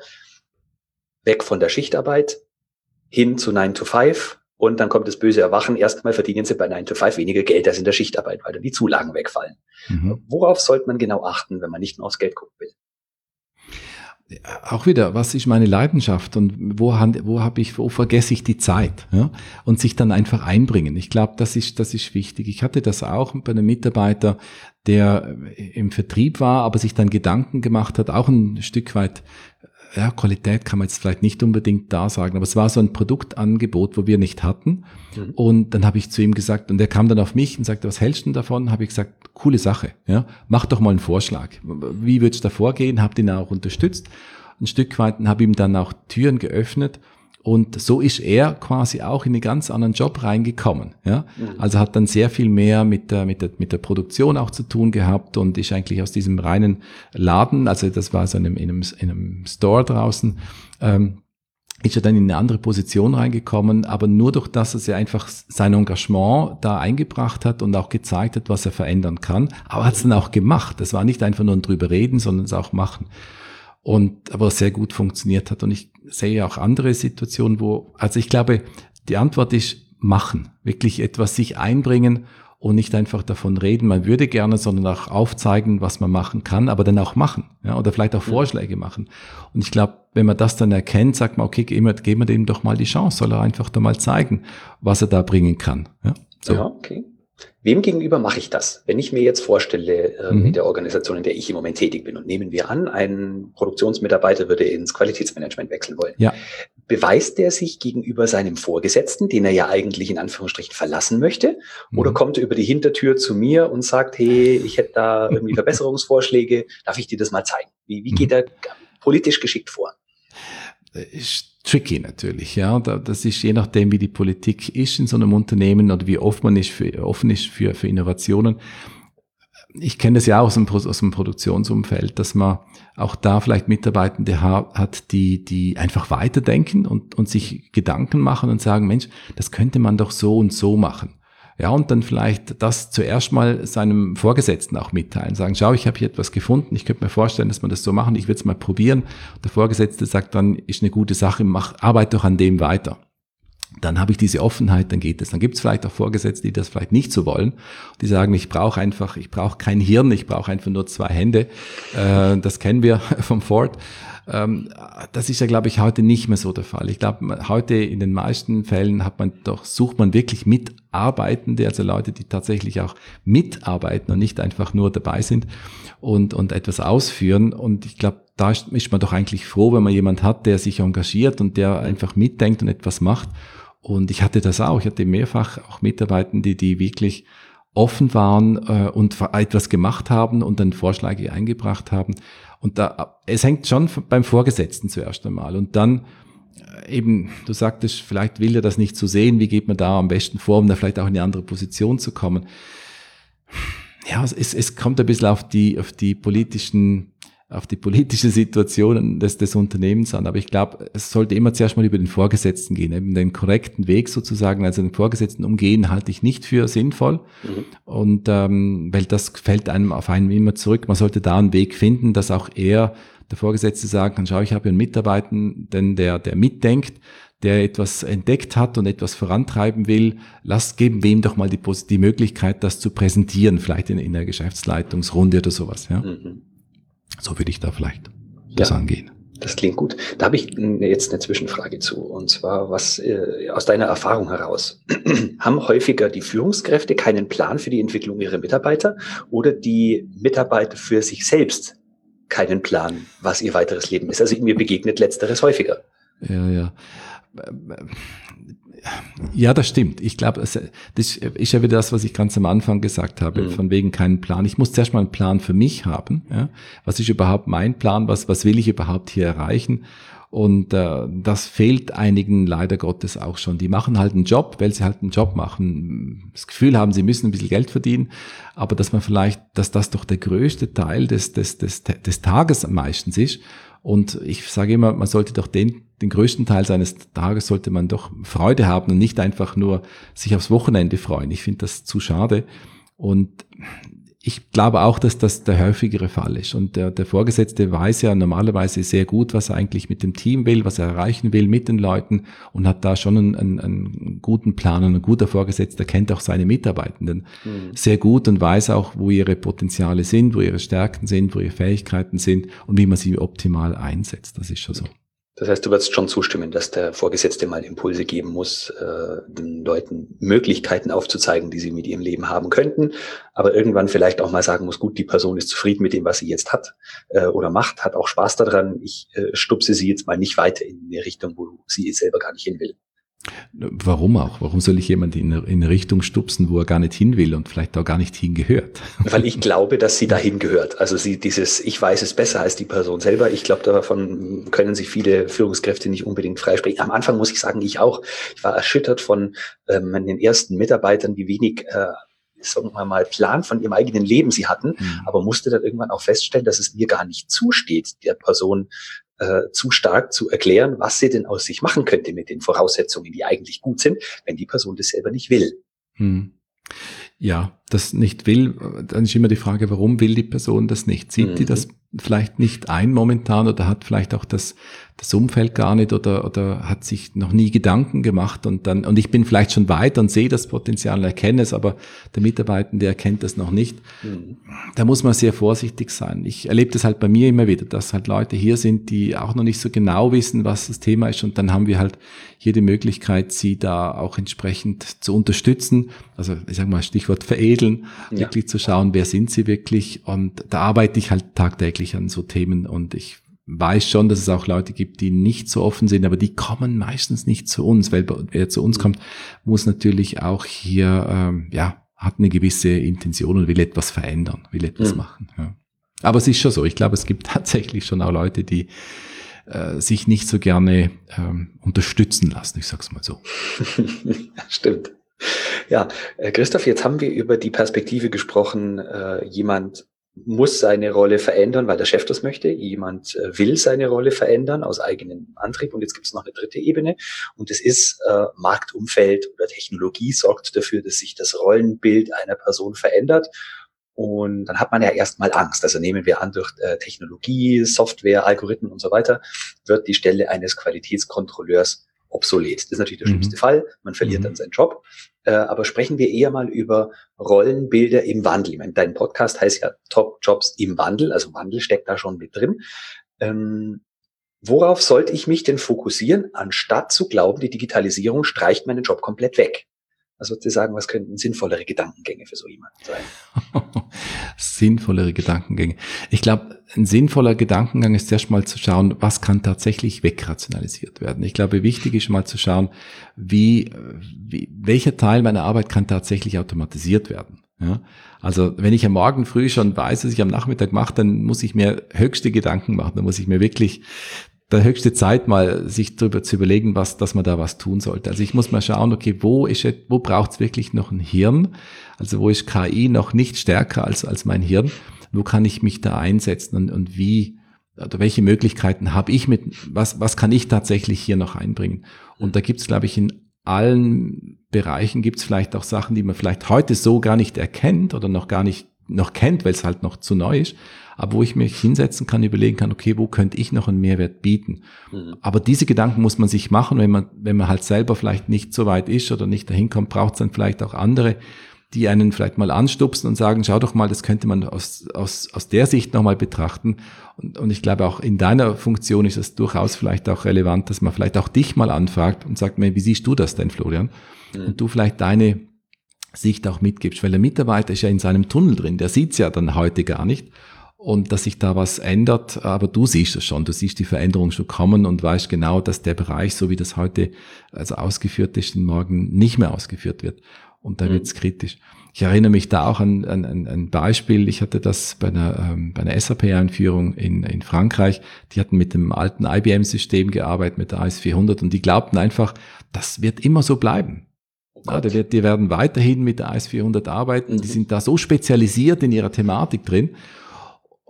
Speaker 1: weg von der Schichtarbeit hin zu nine to five und dann kommt das böse Erwachen. Erstmal verdienen sie bei nine to five weniger Geld als in der Schichtarbeit, weil dann die Zulagen wegfallen. Mhm. Worauf sollte man genau achten, wenn man nicht nur aufs Geld gucken will?
Speaker 2: Auch wieder, was ist meine Leidenschaft und wo, wo habe ich, wo vergesse ich die Zeit, ja? Und sich dann einfach einbringen. Ich glaube, das ist, das ist wichtig. Ich hatte das auch bei einem Mitarbeiter, der im Vertrieb war, aber sich dann Gedanken gemacht hat, auch ein Stück weit, ja, Qualität kann man jetzt vielleicht nicht unbedingt da sagen, aber es war so ein Produktangebot, wo wir nicht hatten. Mhm. Und dann habe ich zu ihm gesagt, und der kam dann auf mich und sagte, was hältst du denn davon? Habe ich gesagt, coole Sache, ja, mach doch mal einen Vorschlag. Wie würdest du da vorgehen? Habe ihn auch unterstützt. Ein Stück weit und habe ihm dann auch Türen geöffnet. Und so ist er quasi auch in einen ganz anderen Job reingekommen. Ja? Mhm. Also hat dann sehr viel mehr mit der, mit der, mit der Produktion auch zu tun gehabt und ist eigentlich aus diesem reinen Laden, also das war so in einem, in einem, in einem Store draußen, ähm, ist er dann in eine andere Position reingekommen, aber nur durch das, dass er einfach sein Engagement da eingebracht hat und auch gezeigt hat, was er verändern kann. Aber hat es dann auch gemacht. Das war nicht einfach nur ein drüber reden, sondern es auch machen. Und aber sehr gut funktioniert hat. Und ich sehe auch andere Situationen, wo, also ich glaube, die Antwort ist machen, wirklich etwas sich einbringen und nicht einfach davon reden, man würde gerne, sondern auch aufzeigen, was man machen kann, aber dann auch machen, ja, oder vielleicht auch Vorschläge machen. Und ich glaube, wenn man das dann erkennt, sagt man, okay, geben wir, geben wir dem doch mal die Chance, soll er einfach da mal zeigen, was er da bringen kann. Ja, so.
Speaker 1: Ja, okay. Wem gegenüber mache ich das? Wenn ich mir jetzt vorstelle, äh, mhm. in der Organisation, in der ich im Moment tätig bin, und nehmen wir an, ein Produktionsmitarbeiter würde ins Qualitätsmanagement wechseln wollen.
Speaker 2: Ja.
Speaker 1: Beweist der sich gegenüber seinem Vorgesetzten, den er ja eigentlich in Anführungsstrichen verlassen möchte? Mhm. Oder kommt er über die Hintertür zu mir und sagt, hey, ich hätte da irgendwie Verbesserungsvorschläge, darf ich dir das mal zeigen? Wie, wie geht er politisch geschickt vor?
Speaker 2: Ist tricky natürlich, ja. Das ist je nachdem, wie die Politik ist in so einem Unternehmen oder wie oft man ist für, offen ist für, für Innovationen. Ich kenne das ja auch aus dem, aus dem Produktionsumfeld, dass man auch da vielleicht Mitarbeitende hat, die, die einfach weiterdenken und, und sich Gedanken machen und sagen, Mensch, das könnte man doch so und so machen. Ja, und dann vielleicht das zuerst mal seinem Vorgesetzten auch mitteilen. Sagen, schau, ich habe hier etwas gefunden, ich könnte mir vorstellen, dass wir das so machen, ich will es mal probieren. Der Vorgesetzte sagt dann, ist eine gute Sache, mach, arbeite doch an dem weiter. Dann habe ich diese Offenheit, dann geht es. Dann gibt es vielleicht auch Vorgesetzte, die das vielleicht nicht so wollen. Die sagen, ich brauche einfach, ich brauche kein Hirn, ich brauche einfach nur zwei Hände. Äh, das kennen wir vom Ford. Ähm, das ist ja, glaube ich, heute nicht mehr so der Fall. Ich glaube, heute in den meisten Fällen hat man doch, sucht man wirklich Mitarbeitende, also Leute, die tatsächlich auch mitarbeiten und nicht einfach nur dabei sind und, und etwas ausführen. Und ich glaube, da ist, ist man doch eigentlich froh, wenn man jemand hat, der sich engagiert und der einfach mitdenkt und etwas macht. Und ich hatte das auch. Ich hatte mehrfach auch Mitarbeitende, die wirklich offen waren äh, und etwas gemacht haben und dann Vorschläge eingebracht haben. Und da, es hängt schon beim Vorgesetzten zuerst einmal. Und dann äh, eben, du sagtest, vielleicht will er das nicht so sehen. Wie geht man da am besten vor, um da vielleicht auch in eine andere Position zu kommen? Ja, es, es kommt ein bisschen auf die, auf die politischen auf die politische Situation des, des Unternehmens an. Aber ich glaube, es sollte immer zuerst mal über den Vorgesetzten gehen, eben den korrekten Weg sozusagen, also den Vorgesetzten umgehen, halte ich nicht für sinnvoll. Mhm. Und ähm, weil das fällt einem auf einen immer zurück. Man sollte da einen Weg finden, dass auch er, der Vorgesetzte, sagen kann, schau, ich habe hier einen Mitarbeiter, denn der, der mitdenkt, der etwas entdeckt hat und etwas vorantreiben will, lass, geben wir ihm doch mal die, die Möglichkeit, das zu präsentieren, vielleicht in, in der Geschäftsleitungsrunde oder sowas, ja. Mhm. So würde ich da vielleicht das ja, angehen.
Speaker 1: Das klingt gut. Da habe ich jetzt eine Zwischenfrage zu. Und zwar, was äh, aus deiner Erfahrung heraus, haben häufiger die Führungskräfte keinen Plan für die Entwicklung ihrer Mitarbeiter oder die Mitarbeiter für sich selbst keinen Plan, was ihr weiteres Leben ist? Also mir begegnet Letzteres häufiger.
Speaker 2: Ja, ja. Ja, das stimmt. Ich glaube, das ist ja wieder das, was ich ganz am Anfang gesagt habe, mhm. von wegen keinen Plan. Ich muss zuerst mal einen Plan für mich haben. Ja? Was ist überhaupt mein Plan? Was, was will ich überhaupt hier erreichen? Und äh, das fehlt einigen leider Gottes auch schon. Die machen halt einen Job, weil sie halt einen Job machen. Das Gefühl haben, sie müssen ein bisschen Geld verdienen, aber dass man vielleicht, dass das doch der größte Teil des, des, des, des Tages meistens ist. Und ich sage immer, man sollte doch den, den größten Teil seines Tages sollte man doch Freude haben und nicht einfach nur sich aufs Wochenende freuen. Ich finde das zu schade. Und ich glaube auch, dass das der häufigere Fall ist. Und der, der Vorgesetzte weiß ja normalerweise sehr gut, was er eigentlich mit dem Team will, was er erreichen will mit den Leuten und hat da schon einen, einen, einen guten Plan. Und ein guter Vorgesetzter kennt auch seine Mitarbeitenden mhm. sehr gut und weiß auch, wo ihre Potenziale sind, wo ihre Stärken sind, wo ihre Fähigkeiten sind und wie man sie optimal einsetzt. Das ist schon so.
Speaker 1: Das heißt, du würdest schon zustimmen, dass der Vorgesetzte mal Impulse geben muss, äh, den Leuten Möglichkeiten aufzuzeigen, die sie mit ihrem Leben haben könnten, aber irgendwann vielleicht auch mal sagen muss, gut, die Person ist zufrieden mit dem, was sie jetzt hat äh, oder macht, hat auch Spaß daran, ich äh, stupse sie jetzt mal nicht weiter in eine Richtung, wo sie selber gar nicht hin will.
Speaker 2: Warum auch? Warum soll ich jemanden in eine, in eine Richtung stupsen, wo er gar nicht hin will und vielleicht auch gar nicht hingehört?
Speaker 1: Weil ich glaube, dass sie dahin gehört. Also sie dieses, ich weiß es besser als die Person selber. Ich glaube, davon können sich viele Führungskräfte nicht unbedingt freisprechen. Am Anfang muss ich sagen, ich auch. Ich war erschüttert von ähm, meinen ersten Mitarbeitern, wie wenig äh, sagen wir mal, Plan von ihrem eigenen Leben sie hatten, mhm. aber musste dann irgendwann auch feststellen, dass es mir gar nicht zusteht, der Person äh, zu stark zu erklären, was sie denn aus sich machen könnte mit den Voraussetzungen, die eigentlich gut sind, wenn die Person das selber nicht will.
Speaker 2: Mhm. Ja, das nicht will, dann ist immer die Frage, warum will die Person das nicht? Sieht mhm. die das vielleicht nicht ein momentan oder hat vielleicht auch das, das Umfeld gar nicht oder, oder hat sich noch nie Gedanken gemacht und dann, und ich bin vielleicht schon weiter und sehe das Potenzial und erkenne es, aber der Mitarbeitende erkennt das noch nicht. Mhm. Da muss man sehr vorsichtig sein. Ich erlebe das halt bei mir immer wieder, dass halt Leute hier sind, die auch noch nicht so genau wissen, was das Thema ist und dann haben wir halt hier die Möglichkeit, sie da auch entsprechend zu unterstützen. Also ich sage mal Stichwort veredeln, ja. wirklich zu schauen, wer sind sie wirklich und da arbeite ich halt tagtäglich an so Themen und ich weiß schon, dass es auch Leute gibt, die nicht so offen sind, aber die kommen meistens nicht zu uns, weil wer zu uns kommt, muss natürlich auch hier, ähm, ja, hat eine gewisse Intention und will etwas verändern, will etwas mhm. machen. Ja. Aber es ist schon so, ich glaube, es gibt tatsächlich schon auch Leute, die äh, sich nicht so gerne ähm, unterstützen lassen, ich sag's mal so.
Speaker 1: Stimmt. Ja, äh, Christoph, jetzt haben wir über die Perspektive gesprochen, äh, jemand muss seine Rolle verändern, weil der Chef das möchte. Jemand äh, will seine Rolle verändern aus eigenem Antrieb. Und jetzt gibt es noch eine dritte Ebene. Und das ist äh, Marktumfeld oder Technologie sorgt dafür, dass sich das Rollenbild einer Person verändert. Und dann hat man ja erstmal Angst. Also nehmen wir an, durch äh, Technologie, Software, Algorithmen und so weiter wird die Stelle eines Qualitätskontrolleurs obsolet. Das ist natürlich der schlimmste mhm. Fall. Man verliert mhm. dann seinen Job. Äh, aber sprechen wir eher mal über Rollenbilder im Wandel. Ich meine, dein Podcast heißt ja Top Jobs im Wandel. Also Wandel steckt da schon mit drin. Ähm, worauf sollte ich mich denn fokussieren, anstatt zu glauben, die Digitalisierung streicht meinen Job komplett weg? Was würdest du sagen, was könnten sinnvollere Gedankengänge für so jemanden sein?
Speaker 2: Sinnvollere Gedankengänge. Ich glaube, ein sinnvoller Gedankengang ist erst mal zu schauen, was kann tatsächlich wegrationalisiert werden. Ich glaube, wichtig ist mal zu schauen, wie, wie welcher Teil meiner Arbeit kann tatsächlich automatisiert werden. Ja? Also wenn ich am Morgen früh schon weiß, was ich am Nachmittag mache, dann muss ich mir höchste Gedanken machen. Dann muss ich mir wirklich der höchste Zeit mal sich darüber zu überlegen, was, dass man da was tun sollte. Also ich muss mal schauen, okay, wo ist, wo braucht es wirklich noch ein Hirn? Also wo ist K I noch nicht stärker als, als mein Hirn? Wo kann ich mich da einsetzen und, und wie, oder welche Möglichkeiten habe ich mit, was, was kann ich tatsächlich hier noch einbringen? Und da gibt es, glaube ich, in allen Bereichen gibt es vielleicht auch Sachen, die man vielleicht heute so gar nicht erkennt oder noch gar nicht noch kennt, weil es halt noch zu neu ist. Aber wo ich mich hinsetzen kann, überlegen kann, okay, wo könnte ich noch einen Mehrwert bieten? Mhm. Aber diese Gedanken muss man sich machen, wenn man, wenn man halt selber vielleicht nicht so weit ist oder nicht dahin kommt, braucht es dann vielleicht auch andere, die einen vielleicht mal anstupsen und sagen, schau doch mal, das könnte man aus, aus, aus der Sicht nochmal betrachten. Und, und ich glaube, auch in deiner Funktion ist es durchaus vielleicht auch relevant, dass man vielleicht auch dich mal anfragt und sagt, wie siehst du das denn, Florian? Mhm. Und du vielleicht deine Sicht auch mitgibst, weil der Mitarbeiter ist ja in seinem Tunnel drin, der sieht's ja dann heute gar nicht. Und dass sich da was ändert, aber du siehst es schon, du siehst die Veränderung schon kommen und weißt genau, dass der Bereich, so wie das heute also ausgeführt ist, morgen nicht mehr ausgeführt wird. Und da mhm. wird's kritisch. Ich erinnere mich da auch an, an, an ein Beispiel. Ich hatte das bei einer, ähm, bei einer S A P-Einführung in, in Frankreich. Die hatten mit dem alten I B M-System gearbeitet, mit der A S vierhundert, und die glaubten einfach, das wird immer so bleiben. Oh ja, die, wird, die werden weiterhin mit der A S vierhundert arbeiten. Mhm. Die sind da so spezialisiert in ihrer Thematik drin.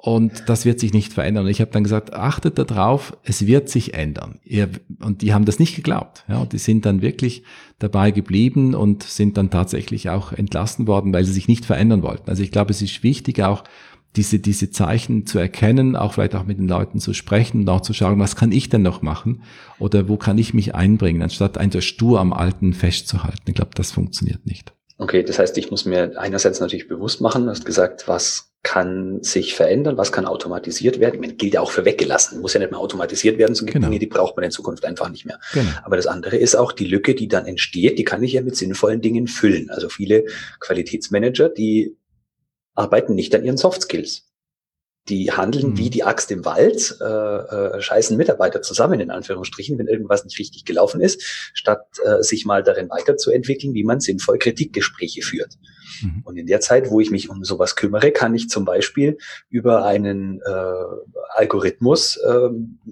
Speaker 2: Und das wird sich nicht verändern. Und ich habe dann gesagt, achtet darauf, es wird sich ändern. Ihr, und die haben das nicht geglaubt. Ja, die sind dann wirklich dabei geblieben und sind dann tatsächlich auch entlassen worden, weil sie sich nicht verändern wollten. Also ich glaube, es ist wichtig auch, diese, diese Zeichen zu erkennen, auch vielleicht auch mit den Leuten zu sprechen und auch zu schauen, was kann ich denn noch machen oder wo kann ich mich einbringen, anstatt einfach stur am Alten festzuhalten. Ich glaube, das funktioniert nicht.
Speaker 1: Okay, das heißt, ich muss mir einerseits natürlich bewusst machen, du hast gesagt, was kann sich verändern, was kann automatisiert werden. Ich meine, gilt ja auch für weggelassen, muss ja nicht mehr automatisiert werden, so genau. Dinge, die braucht man in Zukunft einfach nicht mehr. Genau. Aber das andere ist auch die Lücke, die dann entsteht, die kann ich ja mit sinnvollen Dingen füllen. Also viele Qualitätsmanager, die arbeiten nicht an ihren Soft Skills. Die handeln mhm. wie die Axt im Wald, äh, äh, scheißen Mitarbeiter zusammen, in Anführungsstrichen, wenn irgendwas nicht richtig gelaufen ist, statt äh, sich mal darin weiterzuentwickeln, wie man sinnvoll Kritikgespräche führt. Mhm. Und in der Zeit, wo ich mich um sowas kümmere, kann ich zum Beispiel über einen äh, Algorithmus äh,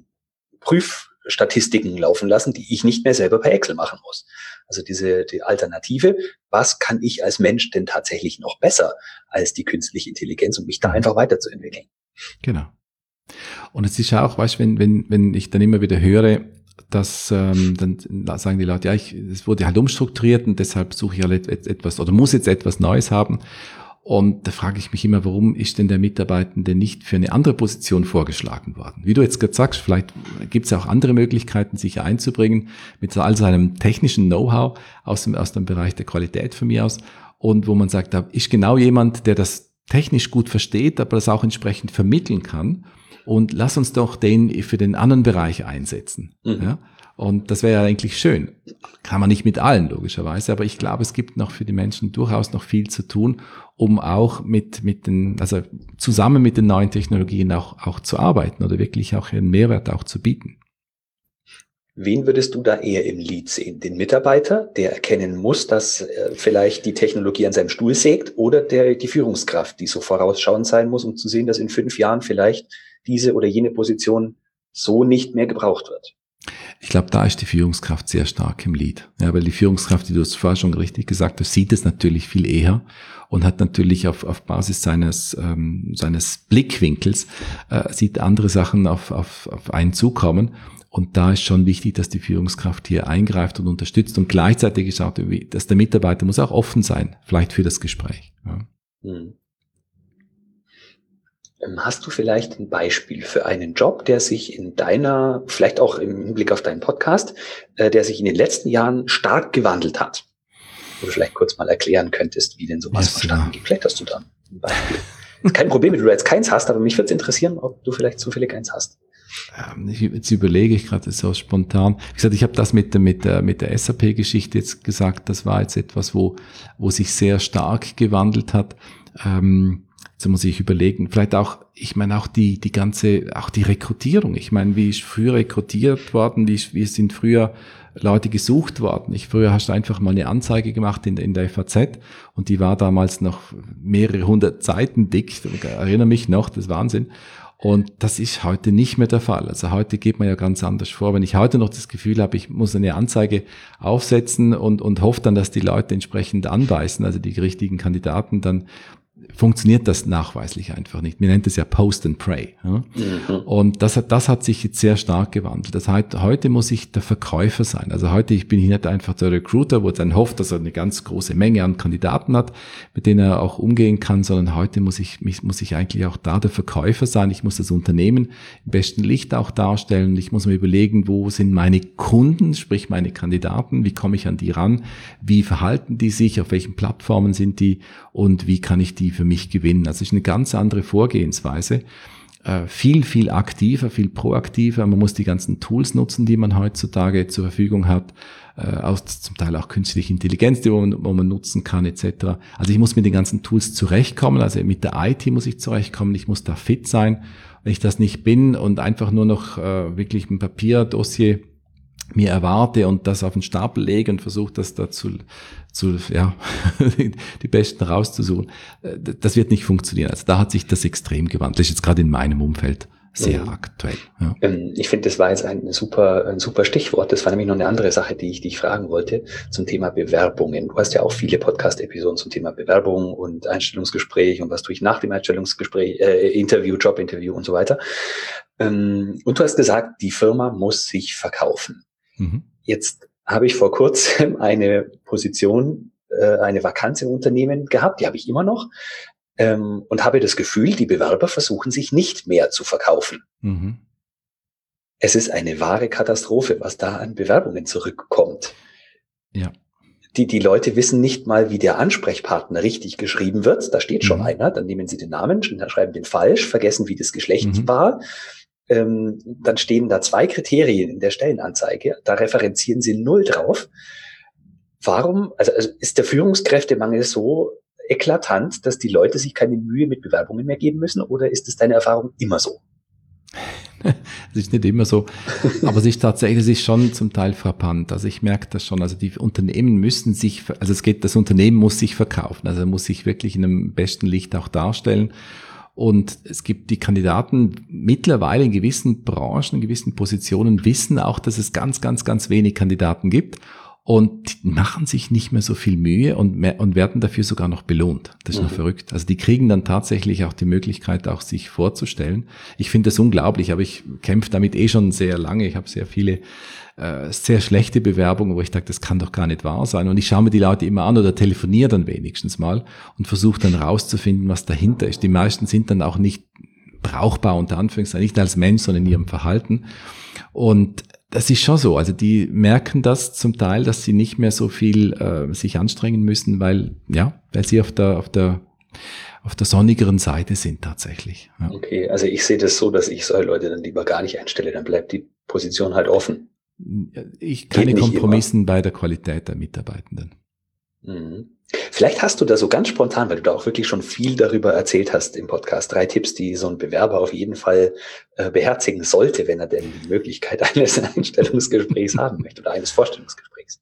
Speaker 1: Prüfstatistiken laufen lassen, die ich nicht mehr selber per Excel machen muss. Also diese die Alternative, was kann ich als Mensch denn tatsächlich noch besser als die künstliche Intelligenz, um mich da einfach weiterzuentwickeln?
Speaker 2: Genau. Und es ist auch, weißt du, wenn, wenn, wenn ich dann immer wieder höre, dass ähm, dann sagen die Leute, ja, ich, es wurde halt umstrukturiert und deshalb suche ich halt etwas oder muss jetzt etwas Neues haben. Und da frage ich mich immer, warum ist denn der Mitarbeitende nicht für eine andere Position vorgeschlagen worden? Wie du jetzt gerade sagst, vielleicht gibt es ja auch andere Möglichkeiten, sich einzubringen mit all seinem technischen Know-how aus dem, aus dem Bereich der Qualität von mir aus. Und wo man sagt, da ist genau jemand, der das technisch gut versteht, aber das auch entsprechend vermitteln kann. Und lass uns doch den für den anderen Bereich einsetzen. Mhm. Ja? Und das wäre ja eigentlich schön. Kann man nicht mit allen, logischerweise, aber ich glaube, es gibt noch für die Menschen durchaus noch viel zu tun, um auch mit, mit den, also zusammen mit den neuen Technologien auch, auch zu arbeiten oder wirklich auch ihren Mehrwert auch zu bieten.
Speaker 1: Wen würdest du da eher im Lead sehen? Den Mitarbeiter, der erkennen muss, dass äh, vielleicht die Technologie an seinem Stuhl sägt, oder der, die Führungskraft, die so vorausschauend sein muss, um zu sehen, dass in fünf Jahren vielleicht diese oder jene Position so nicht mehr gebraucht wird?
Speaker 2: Ich glaube, da ist die Führungskraft sehr stark im Lead. Ja, weil die Führungskraft, die du es vorher schon richtig gesagt hast, sieht es natürlich viel eher und hat natürlich auf, auf Basis seines, ähm, seines Blickwinkels, äh, sieht andere Sachen auf, auf, auf einen zukommen. Und da ist schon wichtig, dass die Führungskraft hier eingreift und unterstützt und gleichzeitig gesagt, dass der Mitarbeiter muss auch offen sein, vielleicht für das Gespräch. Ja.
Speaker 1: Hm. Hast du vielleicht ein Beispiel für einen Job, der sich in deiner, vielleicht auch im Hinblick auf deinen Podcast, äh, der sich in den letzten Jahren stark gewandelt hat? Wo du vielleicht kurz mal erklären könntest, wie denn sowas yes, verstanden ja. geht. Vielleicht hast du da ein Beispiel. Ist kein Problem, wenn du jetzt keins hast, aber mich würde es interessieren, ob du vielleicht zufällig eins hast.
Speaker 2: Ähm, ich, jetzt überlege ich gerade so spontan. Wie gesagt, ich habe das mit, mit, der, mit der S A P-Geschichte jetzt gesagt, das war jetzt etwas, wo, wo sich sehr stark gewandelt hat. Ähm, So muss ich überlegen, vielleicht auch, ich meine auch die die ganze, auch die Rekrutierung. Ich meine, wie ist früher rekrutiert worden, wie, wie sind früher Leute gesucht worden? Ich früher hast du einfach mal eine Anzeige gemacht in, in der F A Z und die war damals noch mehrere hundert Seiten dick. Ich erinnere mich noch, das ist Wahnsinn. Und das ist heute nicht mehr der Fall. Also heute geht man ja ganz anders vor. Wenn ich heute noch das Gefühl habe, ich muss eine Anzeige aufsetzen und und hoffe dann, dass die Leute entsprechend anbeißen, also die richtigen Kandidaten, dann funktioniert das nachweislich einfach nicht. Man nennt es ja Post and Pray. Ja? Mhm. Und das hat, das hat sich jetzt sehr stark gewandelt. Das heißt, heute muss ich der Verkäufer sein. Also heute ich bin ich nicht einfach der Recruiter, wo dann hofft, dass er eine ganz große Menge an Kandidaten hat, mit denen er auch umgehen kann, sondern heute muss ich, muss ich eigentlich auch da der Verkäufer sein. Ich muss das Unternehmen im besten Licht auch darstellen. Ich muss mir überlegen, wo sind meine Kunden, sprich meine Kandidaten, wie komme ich an die ran, wie verhalten die sich, auf welchen Plattformen sind die und wie kann ich die für mich gewinnen. Also es ist eine ganz andere Vorgehensweise, äh, viel, viel aktiver, viel proaktiver. Man muss die ganzen Tools nutzen, die man heutzutage zur Verfügung hat, äh, aus zum Teil auch künstliche Intelligenz, die man, wo man nutzen kann, et cetera. Also ich muss mit den ganzen Tools zurechtkommen, also mit der I T muss ich zurechtkommen, ich muss da fit sein. Wenn ich das nicht bin und einfach nur noch äh, wirklich ein Papierdossier mir erwarte und das auf den Stapel lege und versuche, das da zu, zu ja, die Besten rauszusuchen, das wird nicht funktionieren. Also da hat sich das extrem gewandelt. Das ist jetzt gerade in meinem Umfeld sehr
Speaker 1: mhm.
Speaker 2: aktuell. Ja.
Speaker 1: Ich finde, das war jetzt ein super, ein super Stichwort. Das war nämlich noch eine andere Sache, die ich, die ich fragen wollte, zum Thema Bewerbungen. Du hast ja auch viele Podcast-Episoden zum Thema Bewerbung und Einstellungsgespräch und was tue ich nach dem Einstellungsgespräch, äh, Interview, Jobinterview und so weiter. Und du hast gesagt, die Firma muss sich verkaufen. Mhm. Jetzt habe ich vor kurzem eine Position, äh, eine Vakanz im Unternehmen gehabt, die habe ich immer noch. Ähm, und habe das Gefühl, die Bewerber versuchen sich nicht mehr zu verkaufen. Mhm. Es ist eine wahre Katastrophe, was da an Bewerbungen zurückkommt. Ja. Die, die Leute wissen nicht mal, wie der Ansprechpartner richtig geschrieben wird. Da steht schon mhm. einer, dann nehmen sie den Namen, schreiben den falsch, vergessen, wie das Geschlecht mhm. war. Ähm, dann stehen da zwei Kriterien in der Stellenanzeige. Da referenzieren sie null drauf. Warum, also, also ist der Führungskräftemangel so eklatant, dass die Leute sich keine Mühe mit Bewerbungen mehr geben müssen, oder ist es deine Erfahrung immer so?
Speaker 2: Es ist nicht immer so, aber es ist tatsächlich, es ist schon zum Teil frappant. Also ich merke das schon, also die Unternehmen müssen sich, also es geht, das Unternehmen muss sich verkaufen, also muss sich wirklich in einem besten Licht auch darstellen. Und es gibt die Kandidaten mittlerweile in gewissen Branchen, in gewissen Positionen wissen auch, dass es ganz, ganz, ganz wenig Kandidaten gibt. Und die machen sich nicht mehr so viel Mühe und, mehr, und werden dafür sogar noch belohnt. Das ist mhm. noch verrückt. Also die kriegen dann tatsächlich auch die Möglichkeit, auch sich vorzustellen. Ich finde das unglaublich, aber ich kämpfe damit eh schon sehr lange. Ich habe sehr viele äh, sehr schlechte Bewerbungen, wo ich dachte, das kann doch gar nicht wahr sein. Und ich schaue mir die Leute immer an oder telefoniere dann wenigstens mal und versuche dann rauszufinden, was dahinter ist. Die meisten sind dann auch nicht brauchbar, unter Anführungszeichen, nicht als Mensch, sondern in ihrem Verhalten. Und das ist schon so, also die merken das zum Teil, dass sie nicht mehr so viel äh, sich anstrengen müssen, weil ja, weil sie auf der auf der auf der sonnigeren Seite sind tatsächlich. Ja.
Speaker 1: Okay, also ich sehe das so, dass ich solche Leute dann lieber gar nicht einstelle, dann bleibt die Position halt offen.
Speaker 2: Ich keine Kompromissen bei der Qualität der Mitarbeitenden.
Speaker 1: Mhm. Vielleicht hast du da so ganz spontan, weil du da auch wirklich schon viel darüber erzählt hast im Podcast, drei Tipps, die so ein Bewerber auf jeden Fall äh, beherzigen sollte, wenn er denn die Möglichkeit eines Einstellungsgesprächs haben möchte oder eines Vorstellungsgesprächs.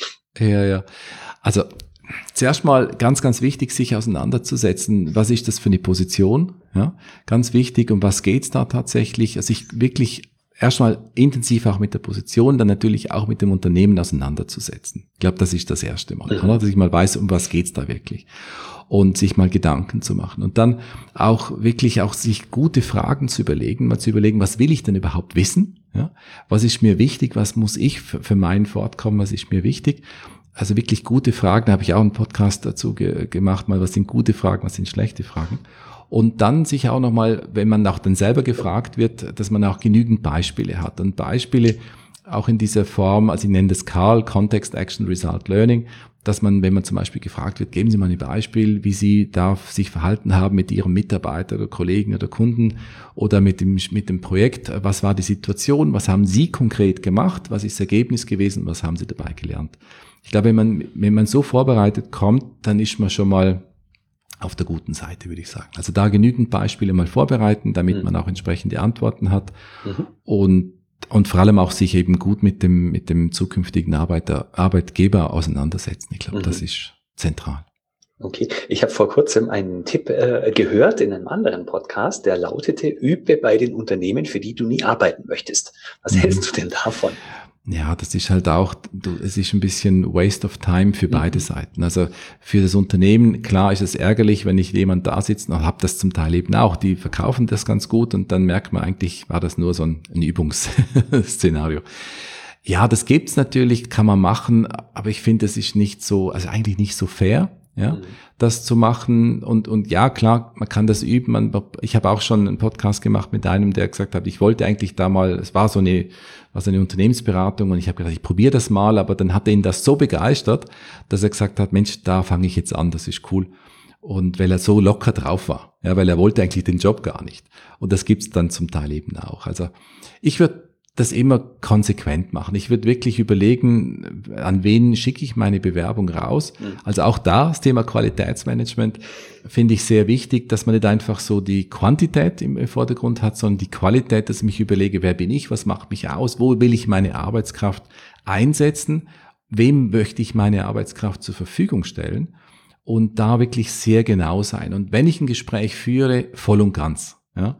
Speaker 2: Ja, ja. Also zuerst mal ganz, ganz wichtig, sich auseinanderzusetzen, was ist das für eine Position? Ja, ganz wichtig, um was geht's da tatsächlich? Also ich wirklich erstmal intensiv auch mit der Position, dann natürlich auch mit dem Unternehmen auseinanderzusetzen. Ich glaube, das ist das erste Mal, ja. Dass ich mal weiß, um was geht's da wirklich. Und sich mal Gedanken zu machen. Und dann auch wirklich auch sich gute Fragen zu überlegen, mal zu überlegen, was will ich denn überhaupt wissen? Ja? Was ist mir wichtig? Was muss ich für, für mein Fortkommen? Was ist mir wichtig? Also wirklich gute Fragen. Da habe ich auch einen Podcast dazu ge- gemacht, mal was sind gute Fragen, was sind schlechte Fragen. Und dann sich auch nochmal, wenn man auch dann selber gefragt wird, dass man auch genügend Beispiele hat. Und Beispiele auch in dieser Form, also ich nenne das C A L, Context, Action, Result, Learning, dass man, wenn man zum Beispiel gefragt wird, geben Sie mal ein Beispiel, wie Sie da sich verhalten haben mit Ihrem Mitarbeiter oder Kollegen oder Kunden oder mit dem, mit dem Projekt. Was war die Situation? Was haben Sie konkret gemacht? Was ist das Ergebnis gewesen? Was haben Sie dabei gelernt? Ich glaube, wenn man, wenn man so vorbereitet kommt, dann ist man schon mal auf der guten Seite, würde ich sagen. Also da genügend Beispiele mal vorbereiten, damit mhm. man auch entsprechende Antworten hat mhm. und und vor allem auch sich eben gut mit dem mit dem zukünftigen Arbeiter, Arbeitgeber auseinandersetzen. Ich glaube, mhm. das ist zentral.
Speaker 1: Okay, ich habe vor kurzem einen Tipp äh, gehört in einem anderen Podcast, der lautete: Übe bei den Unternehmen, für die du nie arbeiten möchtest. Was mhm. hältst du denn davon?
Speaker 2: Ja, das ist halt auch, es ist ein bisschen Waste of Time für beide mhm. Seiten. Also für das Unternehmen, klar ist es ärgerlich, wenn ich jemand da sitze, und habe das zum Teil eben auch, die verkaufen das ganz gut und dann merkt man eigentlich, war das nur so ein, ein Übungsszenario. Ja, das gibt's natürlich, kann man machen, aber ich finde, es ist nicht so, also eigentlich nicht so fair, ja, mhm. das zu machen. Und und ja, klar, man kann das üben. Man, ich habe auch schon einen Podcast gemacht mit einem, der gesagt hat, ich wollte eigentlich da mal, es war so eine, war so eine Unternehmensberatung und ich habe gedacht, ich probiere das mal, aber dann hat er ihn das so begeistert, dass er gesagt hat, Mensch, da fange ich jetzt an, das ist cool. Und weil er so locker drauf war, ja, weil er wollte eigentlich den Job gar nicht. Und das gibt's dann zum Teil eben auch. Also ich würde das immer konsequent machen. Ich würde wirklich überlegen, an wen schicke ich meine Bewerbung raus. Mhm. Also auch da, das Thema Qualitätsmanagement finde ich sehr wichtig, dass man nicht einfach so die Quantität im Vordergrund hat, sondern die Qualität, dass ich mich überlege, wer bin ich, was macht mich aus, wo will ich meine Arbeitskraft einsetzen, wem möchte ich meine Arbeitskraft zur Verfügung stellen und da wirklich sehr genau sein. Und wenn ich ein Gespräch führe, voll und ganz, ja,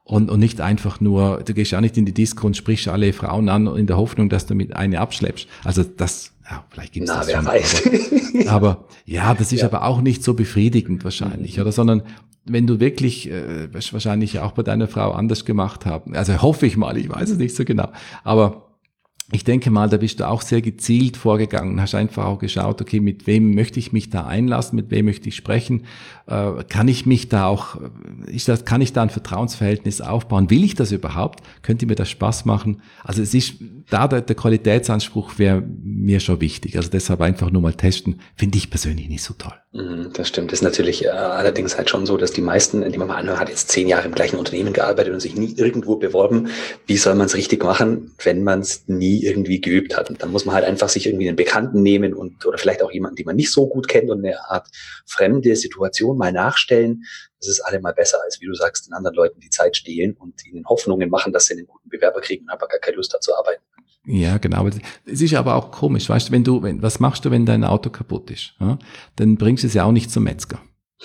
Speaker 2: Und, und nicht einfach nur, du gehst ja nicht in die Disco und sprichst alle Frauen an in der Hoffnung, dass du mit eine abschleppst. Also das, ja, vielleicht gibt's
Speaker 1: Na,
Speaker 2: das
Speaker 1: wer
Speaker 2: schon.
Speaker 1: weiß.
Speaker 2: Aber, aber ja, das ist
Speaker 1: Ja.
Speaker 2: aber auch nicht so befriedigend wahrscheinlich,
Speaker 1: Mhm.
Speaker 2: oder? Sondern wenn du wirklich, äh, wirst wahrscheinlich auch bei deiner Frau anders gemacht haben. Also hoffe ich mal, ich weiß es nicht so genau. Aber ich denke mal, da bist du auch sehr gezielt vorgegangen, hast einfach auch geschaut, okay, mit wem möchte ich mich da einlassen, mit wem möchte ich sprechen, äh, kann ich mich da auch, ist das, kann ich da ein Vertrauensverhältnis aufbauen, will ich das überhaupt, könnte mir das Spaß machen? Also es ist, da der, der Qualitätsanspruch wäre mir schon wichtig, also deshalb einfach nur mal testen, finde ich persönlich nicht so toll.
Speaker 1: Mhm, das stimmt. Das ist natürlich äh, allerdings halt schon so, dass die meisten, die man mal anhört, hat jetzt zehn Jahre im gleichen Unternehmen gearbeitet und sich nie irgendwo beworben. Wie soll man es richtig machen, wenn man es nie irgendwie geübt hat? Und dann muss man halt einfach sich irgendwie einen Bekannten nehmen und oder vielleicht auch jemanden, den man nicht so gut kennt und eine Art fremde Situation mal nachstellen. Das ist allemal besser, als wie du sagst, den anderen Leuten die Zeit stehlen und ihnen Hoffnungen machen, dass sie einen guten Bewerber kriegen und aber gar keine Lust hat zu arbeiten.
Speaker 2: Ja, genau. Es ist aber auch komisch, weißt du, wenn du, wenn, was machst du, wenn dein Auto kaputt ist? Ja? Dann bringst du es ja auch nicht zum Metzger.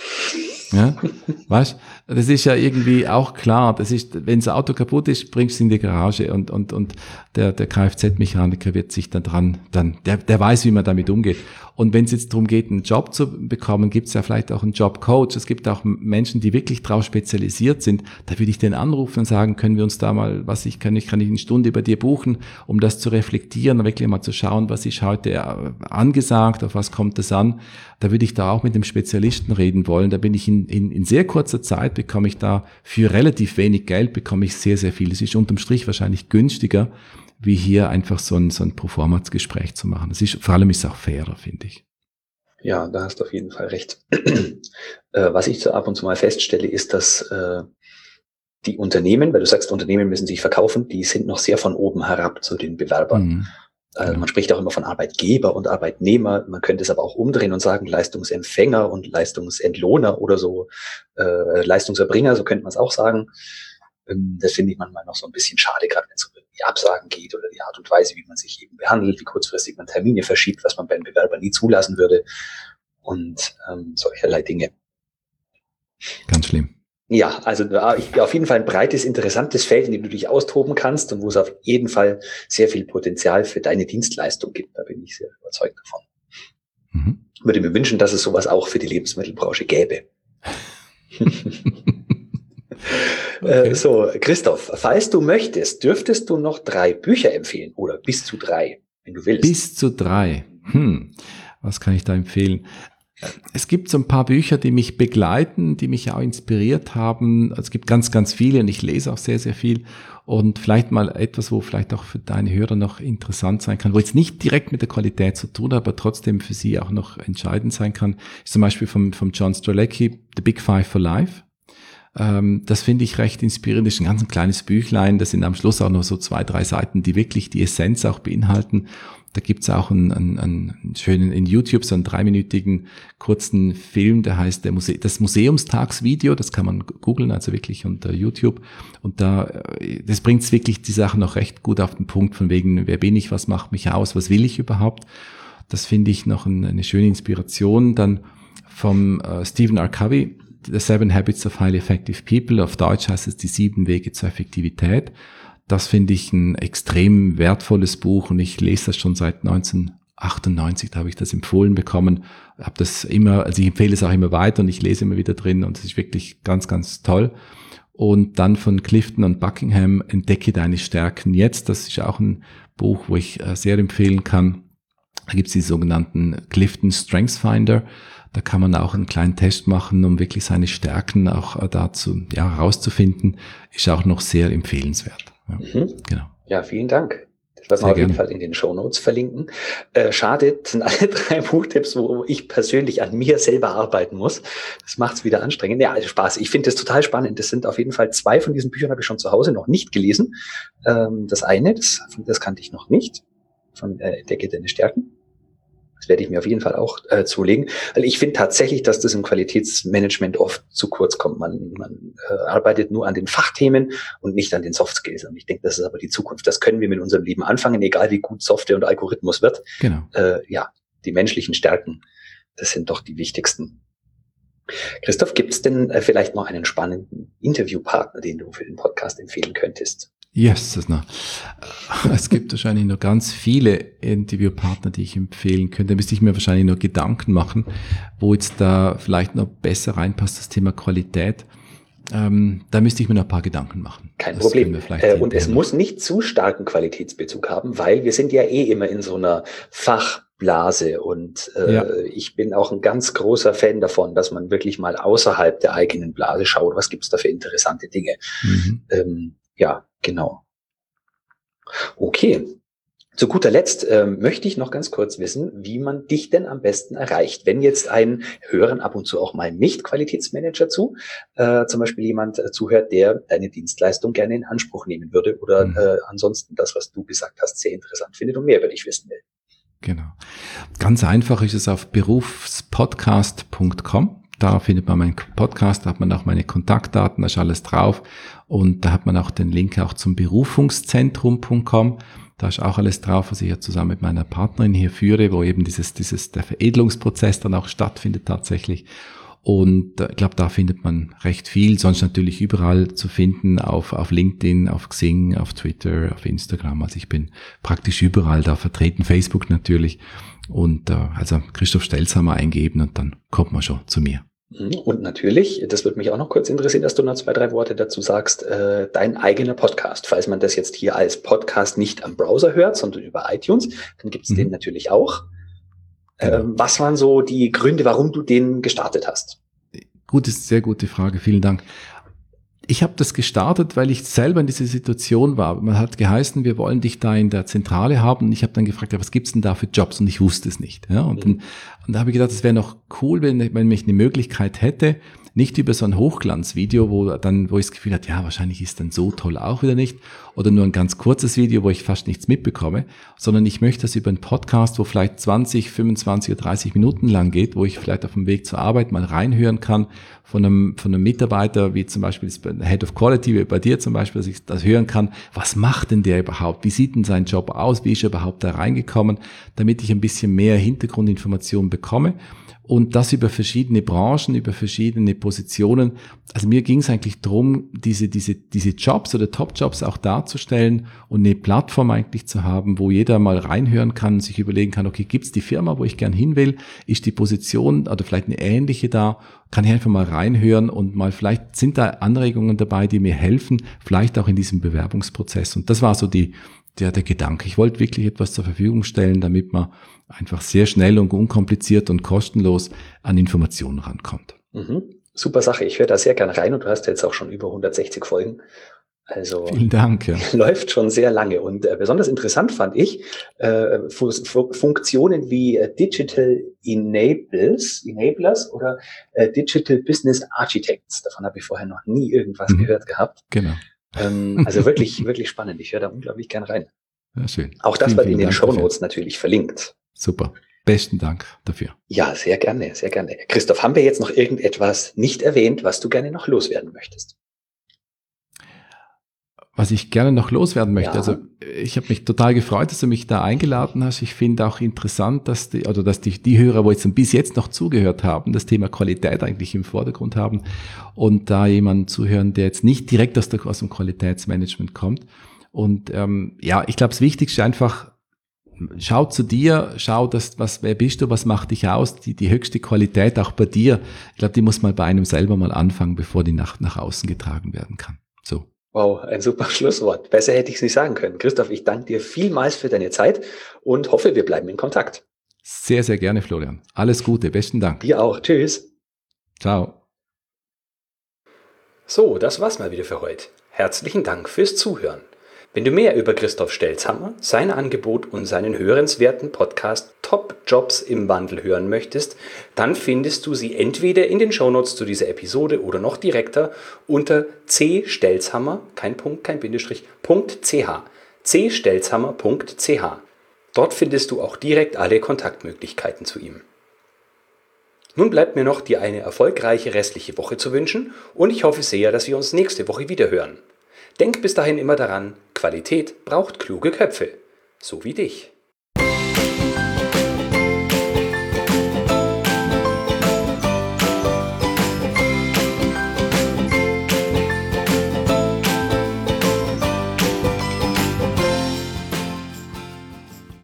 Speaker 2: Ja, weißt, das ist ja irgendwie auch klar. Das ist, wenn das Auto kaputt ist, bringst du es in die Garage und und und der der Kfz-Mechaniker wird sich dann dran, dann der der weiß, wie man damit umgeht. Und wenn es jetzt darum geht, einen Job zu bekommen, gibt es ja vielleicht auch einen Jobcoach. Es gibt auch Menschen, die wirklich drauf spezialisiert sind. Da würde ich den anrufen und sagen, können wir uns da mal, was ich kann, ich kann ich eine Stunde bei dir buchen, um das zu reflektieren, wirklich mal zu schauen, was ist heute angesagt, auf was kommt es an. Da würde ich da auch mit dem Spezialisten reden wollen. Da bin ich in, in, in sehr kurzer Zeit, bekomme ich da für relativ wenig Geld, bekomme ich sehr, sehr viel. Es ist unterm Strich wahrscheinlich günstiger, wie hier einfach so ein, so ein Performance-Gespräch zu machen. Das ist, vor allem ist es auch fairer, finde ich.
Speaker 1: Ja, da hast du auf jeden Fall recht. äh, was ich so ab und zu mal feststelle, ist, dass äh, die Unternehmen, weil du sagst, Unternehmen müssen sich verkaufen, die sind noch sehr von oben herab zu den Bewerbern.
Speaker 2: Mhm.
Speaker 1: Genau. Man spricht auch immer von Arbeitgeber und Arbeitnehmer. Man könnte es aber auch umdrehen und sagen Leistungsempfänger und Leistungsentlohner oder so, äh, Leistungserbringer, so könnte man es auch sagen. Ähm, das finde ich manchmal noch so ein bisschen schade, gerade wenn es um die Absagen geht oder die Art und Weise, wie man sich eben behandelt, wie kurzfristig man Termine verschiebt, was man beim Bewerber nie zulassen würde und ähm, solcherlei Dinge.
Speaker 2: Ganz schlimm.
Speaker 1: Ja, also ich, auf jeden Fall ein breites, interessantes Feld, in dem du dich austoben kannst und wo es auf jeden Fall sehr viel Potenzial für deine Dienstleistung gibt. Da bin ich sehr überzeugt davon. Mhm. Ich würde mir wünschen, dass es sowas auch für die Lebensmittelbranche gäbe. Okay. äh, so, Christoph, falls du möchtest, dürftest du noch drei Bücher empfehlen oder bis zu drei, wenn du willst.
Speaker 2: Bis zu drei. Hm. Was kann ich da empfehlen? Es gibt so ein paar Bücher, die mich begleiten, die mich auch inspiriert haben. Es gibt ganz, ganz viele und ich lese auch sehr, sehr viel. Und vielleicht mal etwas, wo vielleicht auch für deine Hörer noch interessant sein kann, wo jetzt nicht direkt mit der Qualität zu tun hat, aber trotzdem für sie auch noch entscheidend sein kann, ist zum Beispiel vom, vom John Strzelecki, The Big Five for Life. Ähm, das finde ich recht inspirierend. Das ist ein ganz kleines Büchlein. Das sind am Schluss auch noch so zwei, drei Seiten, die wirklich die Essenz auch beinhalten. Da gibt's auch einen, einen, einen schönen, in YouTube so einen dreiminütigen kurzen Film, der heißt der Muse- das Museumstagsvideo, das kann man googeln, also wirklich unter YouTube. Und da, das bringt's wirklich die Sache noch recht gut auf den Punkt, von wegen, wer bin ich, was macht mich aus, was will ich überhaupt? Das finde ich noch eine, eine schöne Inspiration. Dann vom äh, Stephen R. Covey, The Seven Habits of Highly Effective People, auf Deutsch heißt es die sieben Wege zur Effektivität. Das finde ich ein extrem wertvolles Buch und ich lese das schon seit neunzehnhundertachtundneunzig, da habe ich das empfohlen bekommen, habe das immer, also ich empfehle es auch immer weiter und ich lese immer wieder drin und es ist wirklich ganz, ganz toll. Und dann von Clifton und Buckingham, Entdecke deine Stärken jetzt, das ist auch ein Buch, wo ich sehr empfehlen kann. Da gibt es die sogenannten Clifton Strengths Finder. Da kann man auch einen kleinen Test machen, um wirklich seine Stärken auch dazu, ja, herauszufinden. Ist auch noch sehr empfehlenswert. Ja, mhm. Genau.
Speaker 1: Ja, vielen Dank. Das werden wir auf jeden Fall in den Shownotes verlinken. Äh, schade, das sind alle drei Buchtipps, wo ich persönlich an mir selber arbeiten muss. Das macht es wieder anstrengend. Ja, also Spaß. Ich finde das total spannend. Das sind auf jeden Fall zwei von diesen Büchern, habe ich schon zu Hause noch nicht gelesen. Ähm, das eine, das, das kannte ich noch nicht, von äh, Entdecke deine Stärken. Das werde ich mir auf jeden Fall auch äh, zulegen. Weil ich finde tatsächlich, dass das im Qualitätsmanagement oft zu kurz kommt. Man, man äh, arbeitet nur an den Fachthemen und nicht an den Soft Skills. Und ich denke, das ist aber die Zukunft. Das können wir mit unserem Leben anfangen, egal wie gut Software und Algorithmus wird.
Speaker 2: Genau.
Speaker 1: Äh, ja, die menschlichen Stärken, das sind doch die wichtigsten. Christoph, gibt es denn äh, vielleicht noch einen spannenden Interviewpartner, den du für den Podcast empfehlen könntest?
Speaker 2: Yes, das noch. Es gibt wahrscheinlich noch ganz viele Interviewpartner, die ich empfehlen könnte. Da müsste ich mir wahrscheinlich noch Gedanken machen, wo jetzt da vielleicht noch besser reinpasst, das Thema Qualität. Ähm, da müsste ich mir noch ein paar Gedanken machen.
Speaker 1: Kein das Problem. Äh, und es
Speaker 2: noch.
Speaker 1: muss nicht zu starken Qualitätsbezug haben, weil wir sind ja eh immer in so einer Fachblase und äh, ja. ich bin auch ein ganz großer Fan davon, dass man wirklich mal außerhalb der eigenen Blase schaut, was gibt's da für interessante Dinge. Mhm. Ähm, ja, genau. Okay. Zu guter Letzt ähm, möchte ich noch ganz kurz wissen, wie man dich denn am besten erreicht. Wenn jetzt ein Hören ab und zu auch mal nicht Qualitätsmanager zu, äh, zum Beispiel jemand äh, zuhört, der deine Dienstleistung gerne in Anspruch nehmen würde oder mhm. äh, ansonsten das, was du gesagt hast, sehr interessant findet und mehr über dich wissen will.
Speaker 2: Genau. Ganz einfach ist es auf berufspodcast punkt com. Da findet man meinen Podcast, da hat man auch meine Kontaktdaten, da ist alles drauf. Und da hat man auch den Link auch zum berufungszentrum punkt com. Da ist auch alles drauf, was ich ja zusammen mit meiner Partnerin hier führe, wo eben dieses, dieses, der Veredelungsprozess dann auch stattfindet tatsächlich. Und ich glaube, da findet man recht viel, sonst natürlich überall zu finden, auf, auf LinkedIn, auf Xing, auf Twitter, auf Instagram. Also ich bin praktisch überall da vertreten, Facebook natürlich. Und äh, also Christoph Stelzhammer eingeben und dann kommt man schon zu mir.
Speaker 1: Und natürlich, das würde mich auch noch kurz interessieren, dass du noch zwei, drei Worte dazu sagst, äh, dein eigener Podcast. Falls man das jetzt hier als Podcast nicht am Browser hört, sondern über iTunes, dann gibt es mhm. den natürlich auch. Genau. Ähm, was waren so die Gründe, warum du den gestartet hast?
Speaker 2: Gute, sehr gute Frage, vielen Dank. Ich habe das gestartet, weil ich selber in dieser Situation war. Man hat geheißen, wir wollen dich da in der Zentrale haben. Und ich habe dann gefragt, ja, was gibt's denn da für Jobs? Und ich wusste es nicht. Ja, und, mhm. dann, und da habe ich gedacht, es wäre noch cool, wenn, wenn ich eine Möglichkeit hätte, nicht über so ein Hochglanzvideo, wo dann, wo ich das Gefühl hatte, ja, wahrscheinlich ist dann so toll auch wieder nicht, oder nur ein ganz kurzes Video, wo ich fast nichts mitbekomme, sondern ich möchte das über einen Podcast, wo vielleicht zwanzig, fünfundzwanzig oder dreißig Minuten lang geht, wo ich vielleicht auf dem Weg zur Arbeit mal reinhören kann von einem, von einem Mitarbeiter, wie zum Beispiel das Head of Quality, wie bei dir zum Beispiel, dass ich das hören kann, was macht denn der überhaupt, wie sieht denn sein Job aus, wie ist er überhaupt da reingekommen, damit ich ein bisschen mehr Hintergrundinformationen bekomme. Und das über verschiedene Branchen, über verschiedene Positionen. Also mir ging es eigentlich darum, diese, diese, diese Jobs oder Top-Jobs auch darzustellen und eine Plattform eigentlich zu haben, wo jeder mal reinhören kann, sich überlegen kann, okay, gibt's die Firma, wo ich gern hin will? Ist die Position oder vielleicht eine ähnliche da? Kann ich einfach mal reinhören und mal vielleicht sind da Anregungen dabei, die mir helfen, vielleicht auch in diesem Bewerbungsprozess. Und das war so die, der, der Gedanke. Ich wollte wirklich etwas zur Verfügung stellen, damit man einfach sehr schnell und unkompliziert und kostenlos an Informationen rankommt.
Speaker 1: Mhm. Super Sache. Ich höre da sehr gern rein und du hast jetzt auch schon über hundertsechzig Folgen. Also
Speaker 2: vielen Dank. Ja.
Speaker 1: Läuft schon sehr lange. Und äh, besonders interessant fand ich äh, Fu- Funktionen wie äh, Digital Enablers, Enablers oder äh, Digital Business Architects. Davon habe ich vorher noch nie irgendwas mhm. gehört gehabt.
Speaker 2: Genau.
Speaker 1: Ähm, also wirklich, wirklich spannend. Ich höre da unglaublich gern rein.
Speaker 2: Ja, schön.
Speaker 1: Auch das wird in den Shownotes natürlich verlinkt.
Speaker 2: Super. Besten Dank dafür.
Speaker 1: Ja, sehr gerne, sehr gerne. Christoph, haben wir jetzt noch irgendetwas nicht erwähnt, was du gerne noch loswerden möchtest?
Speaker 2: Was ich gerne noch loswerden möchte.
Speaker 1: Ja.
Speaker 2: Also ich habe mich total gefreut, dass du mich da eingeladen hast. Ich finde auch interessant, dass die, oder dass die, die Hörer, wo jetzt bis jetzt noch zugehört haben, das Thema Qualität eigentlich im Vordergrund haben und da jemanden zuhören, der jetzt nicht direkt aus, der, aus dem Qualitätsmanagement kommt. Und ähm, ja, ich glaube, das Wichtigste einfach, schau zu dir, schau, dass, was, wer bist du, was macht dich aus, die, die höchste Qualität auch bei dir. Ich glaube, die muss mal bei einem selber mal anfangen, bevor die nach, nach außen getragen werden kann. So.
Speaker 1: Wow, ein super Schlusswort. Besser hätte ich es nicht sagen können. Christoph, ich danke dir vielmals für deine Zeit und hoffe, wir bleiben in Kontakt.
Speaker 2: Sehr, sehr gerne, Florian. Alles Gute, besten Dank.
Speaker 1: Dir auch. Tschüss.
Speaker 2: Ciao.
Speaker 1: So, das war's mal wieder für heute. Herzlichen Dank fürs Zuhören. Wenn du mehr über Christoph Stelzhammer, sein Angebot und seinen hörenswerten Podcast Top Jobs im Wandel hören möchtest, dann findest du sie entweder in den Shownotes zu dieser Episode oder noch direkter unter cstelzhammer, kein Punkt, kein Bindestrich, .ch, cstelzhammer punkt c h. Dort findest du auch direkt alle Kontaktmöglichkeiten zu ihm. Nun bleibt mir noch, dir eine erfolgreiche restliche Woche zu wünschen und ich hoffe sehr, dass wir uns nächste Woche wieder hören. Denk bis dahin immer daran, Qualität braucht kluge Köpfe, so wie dich.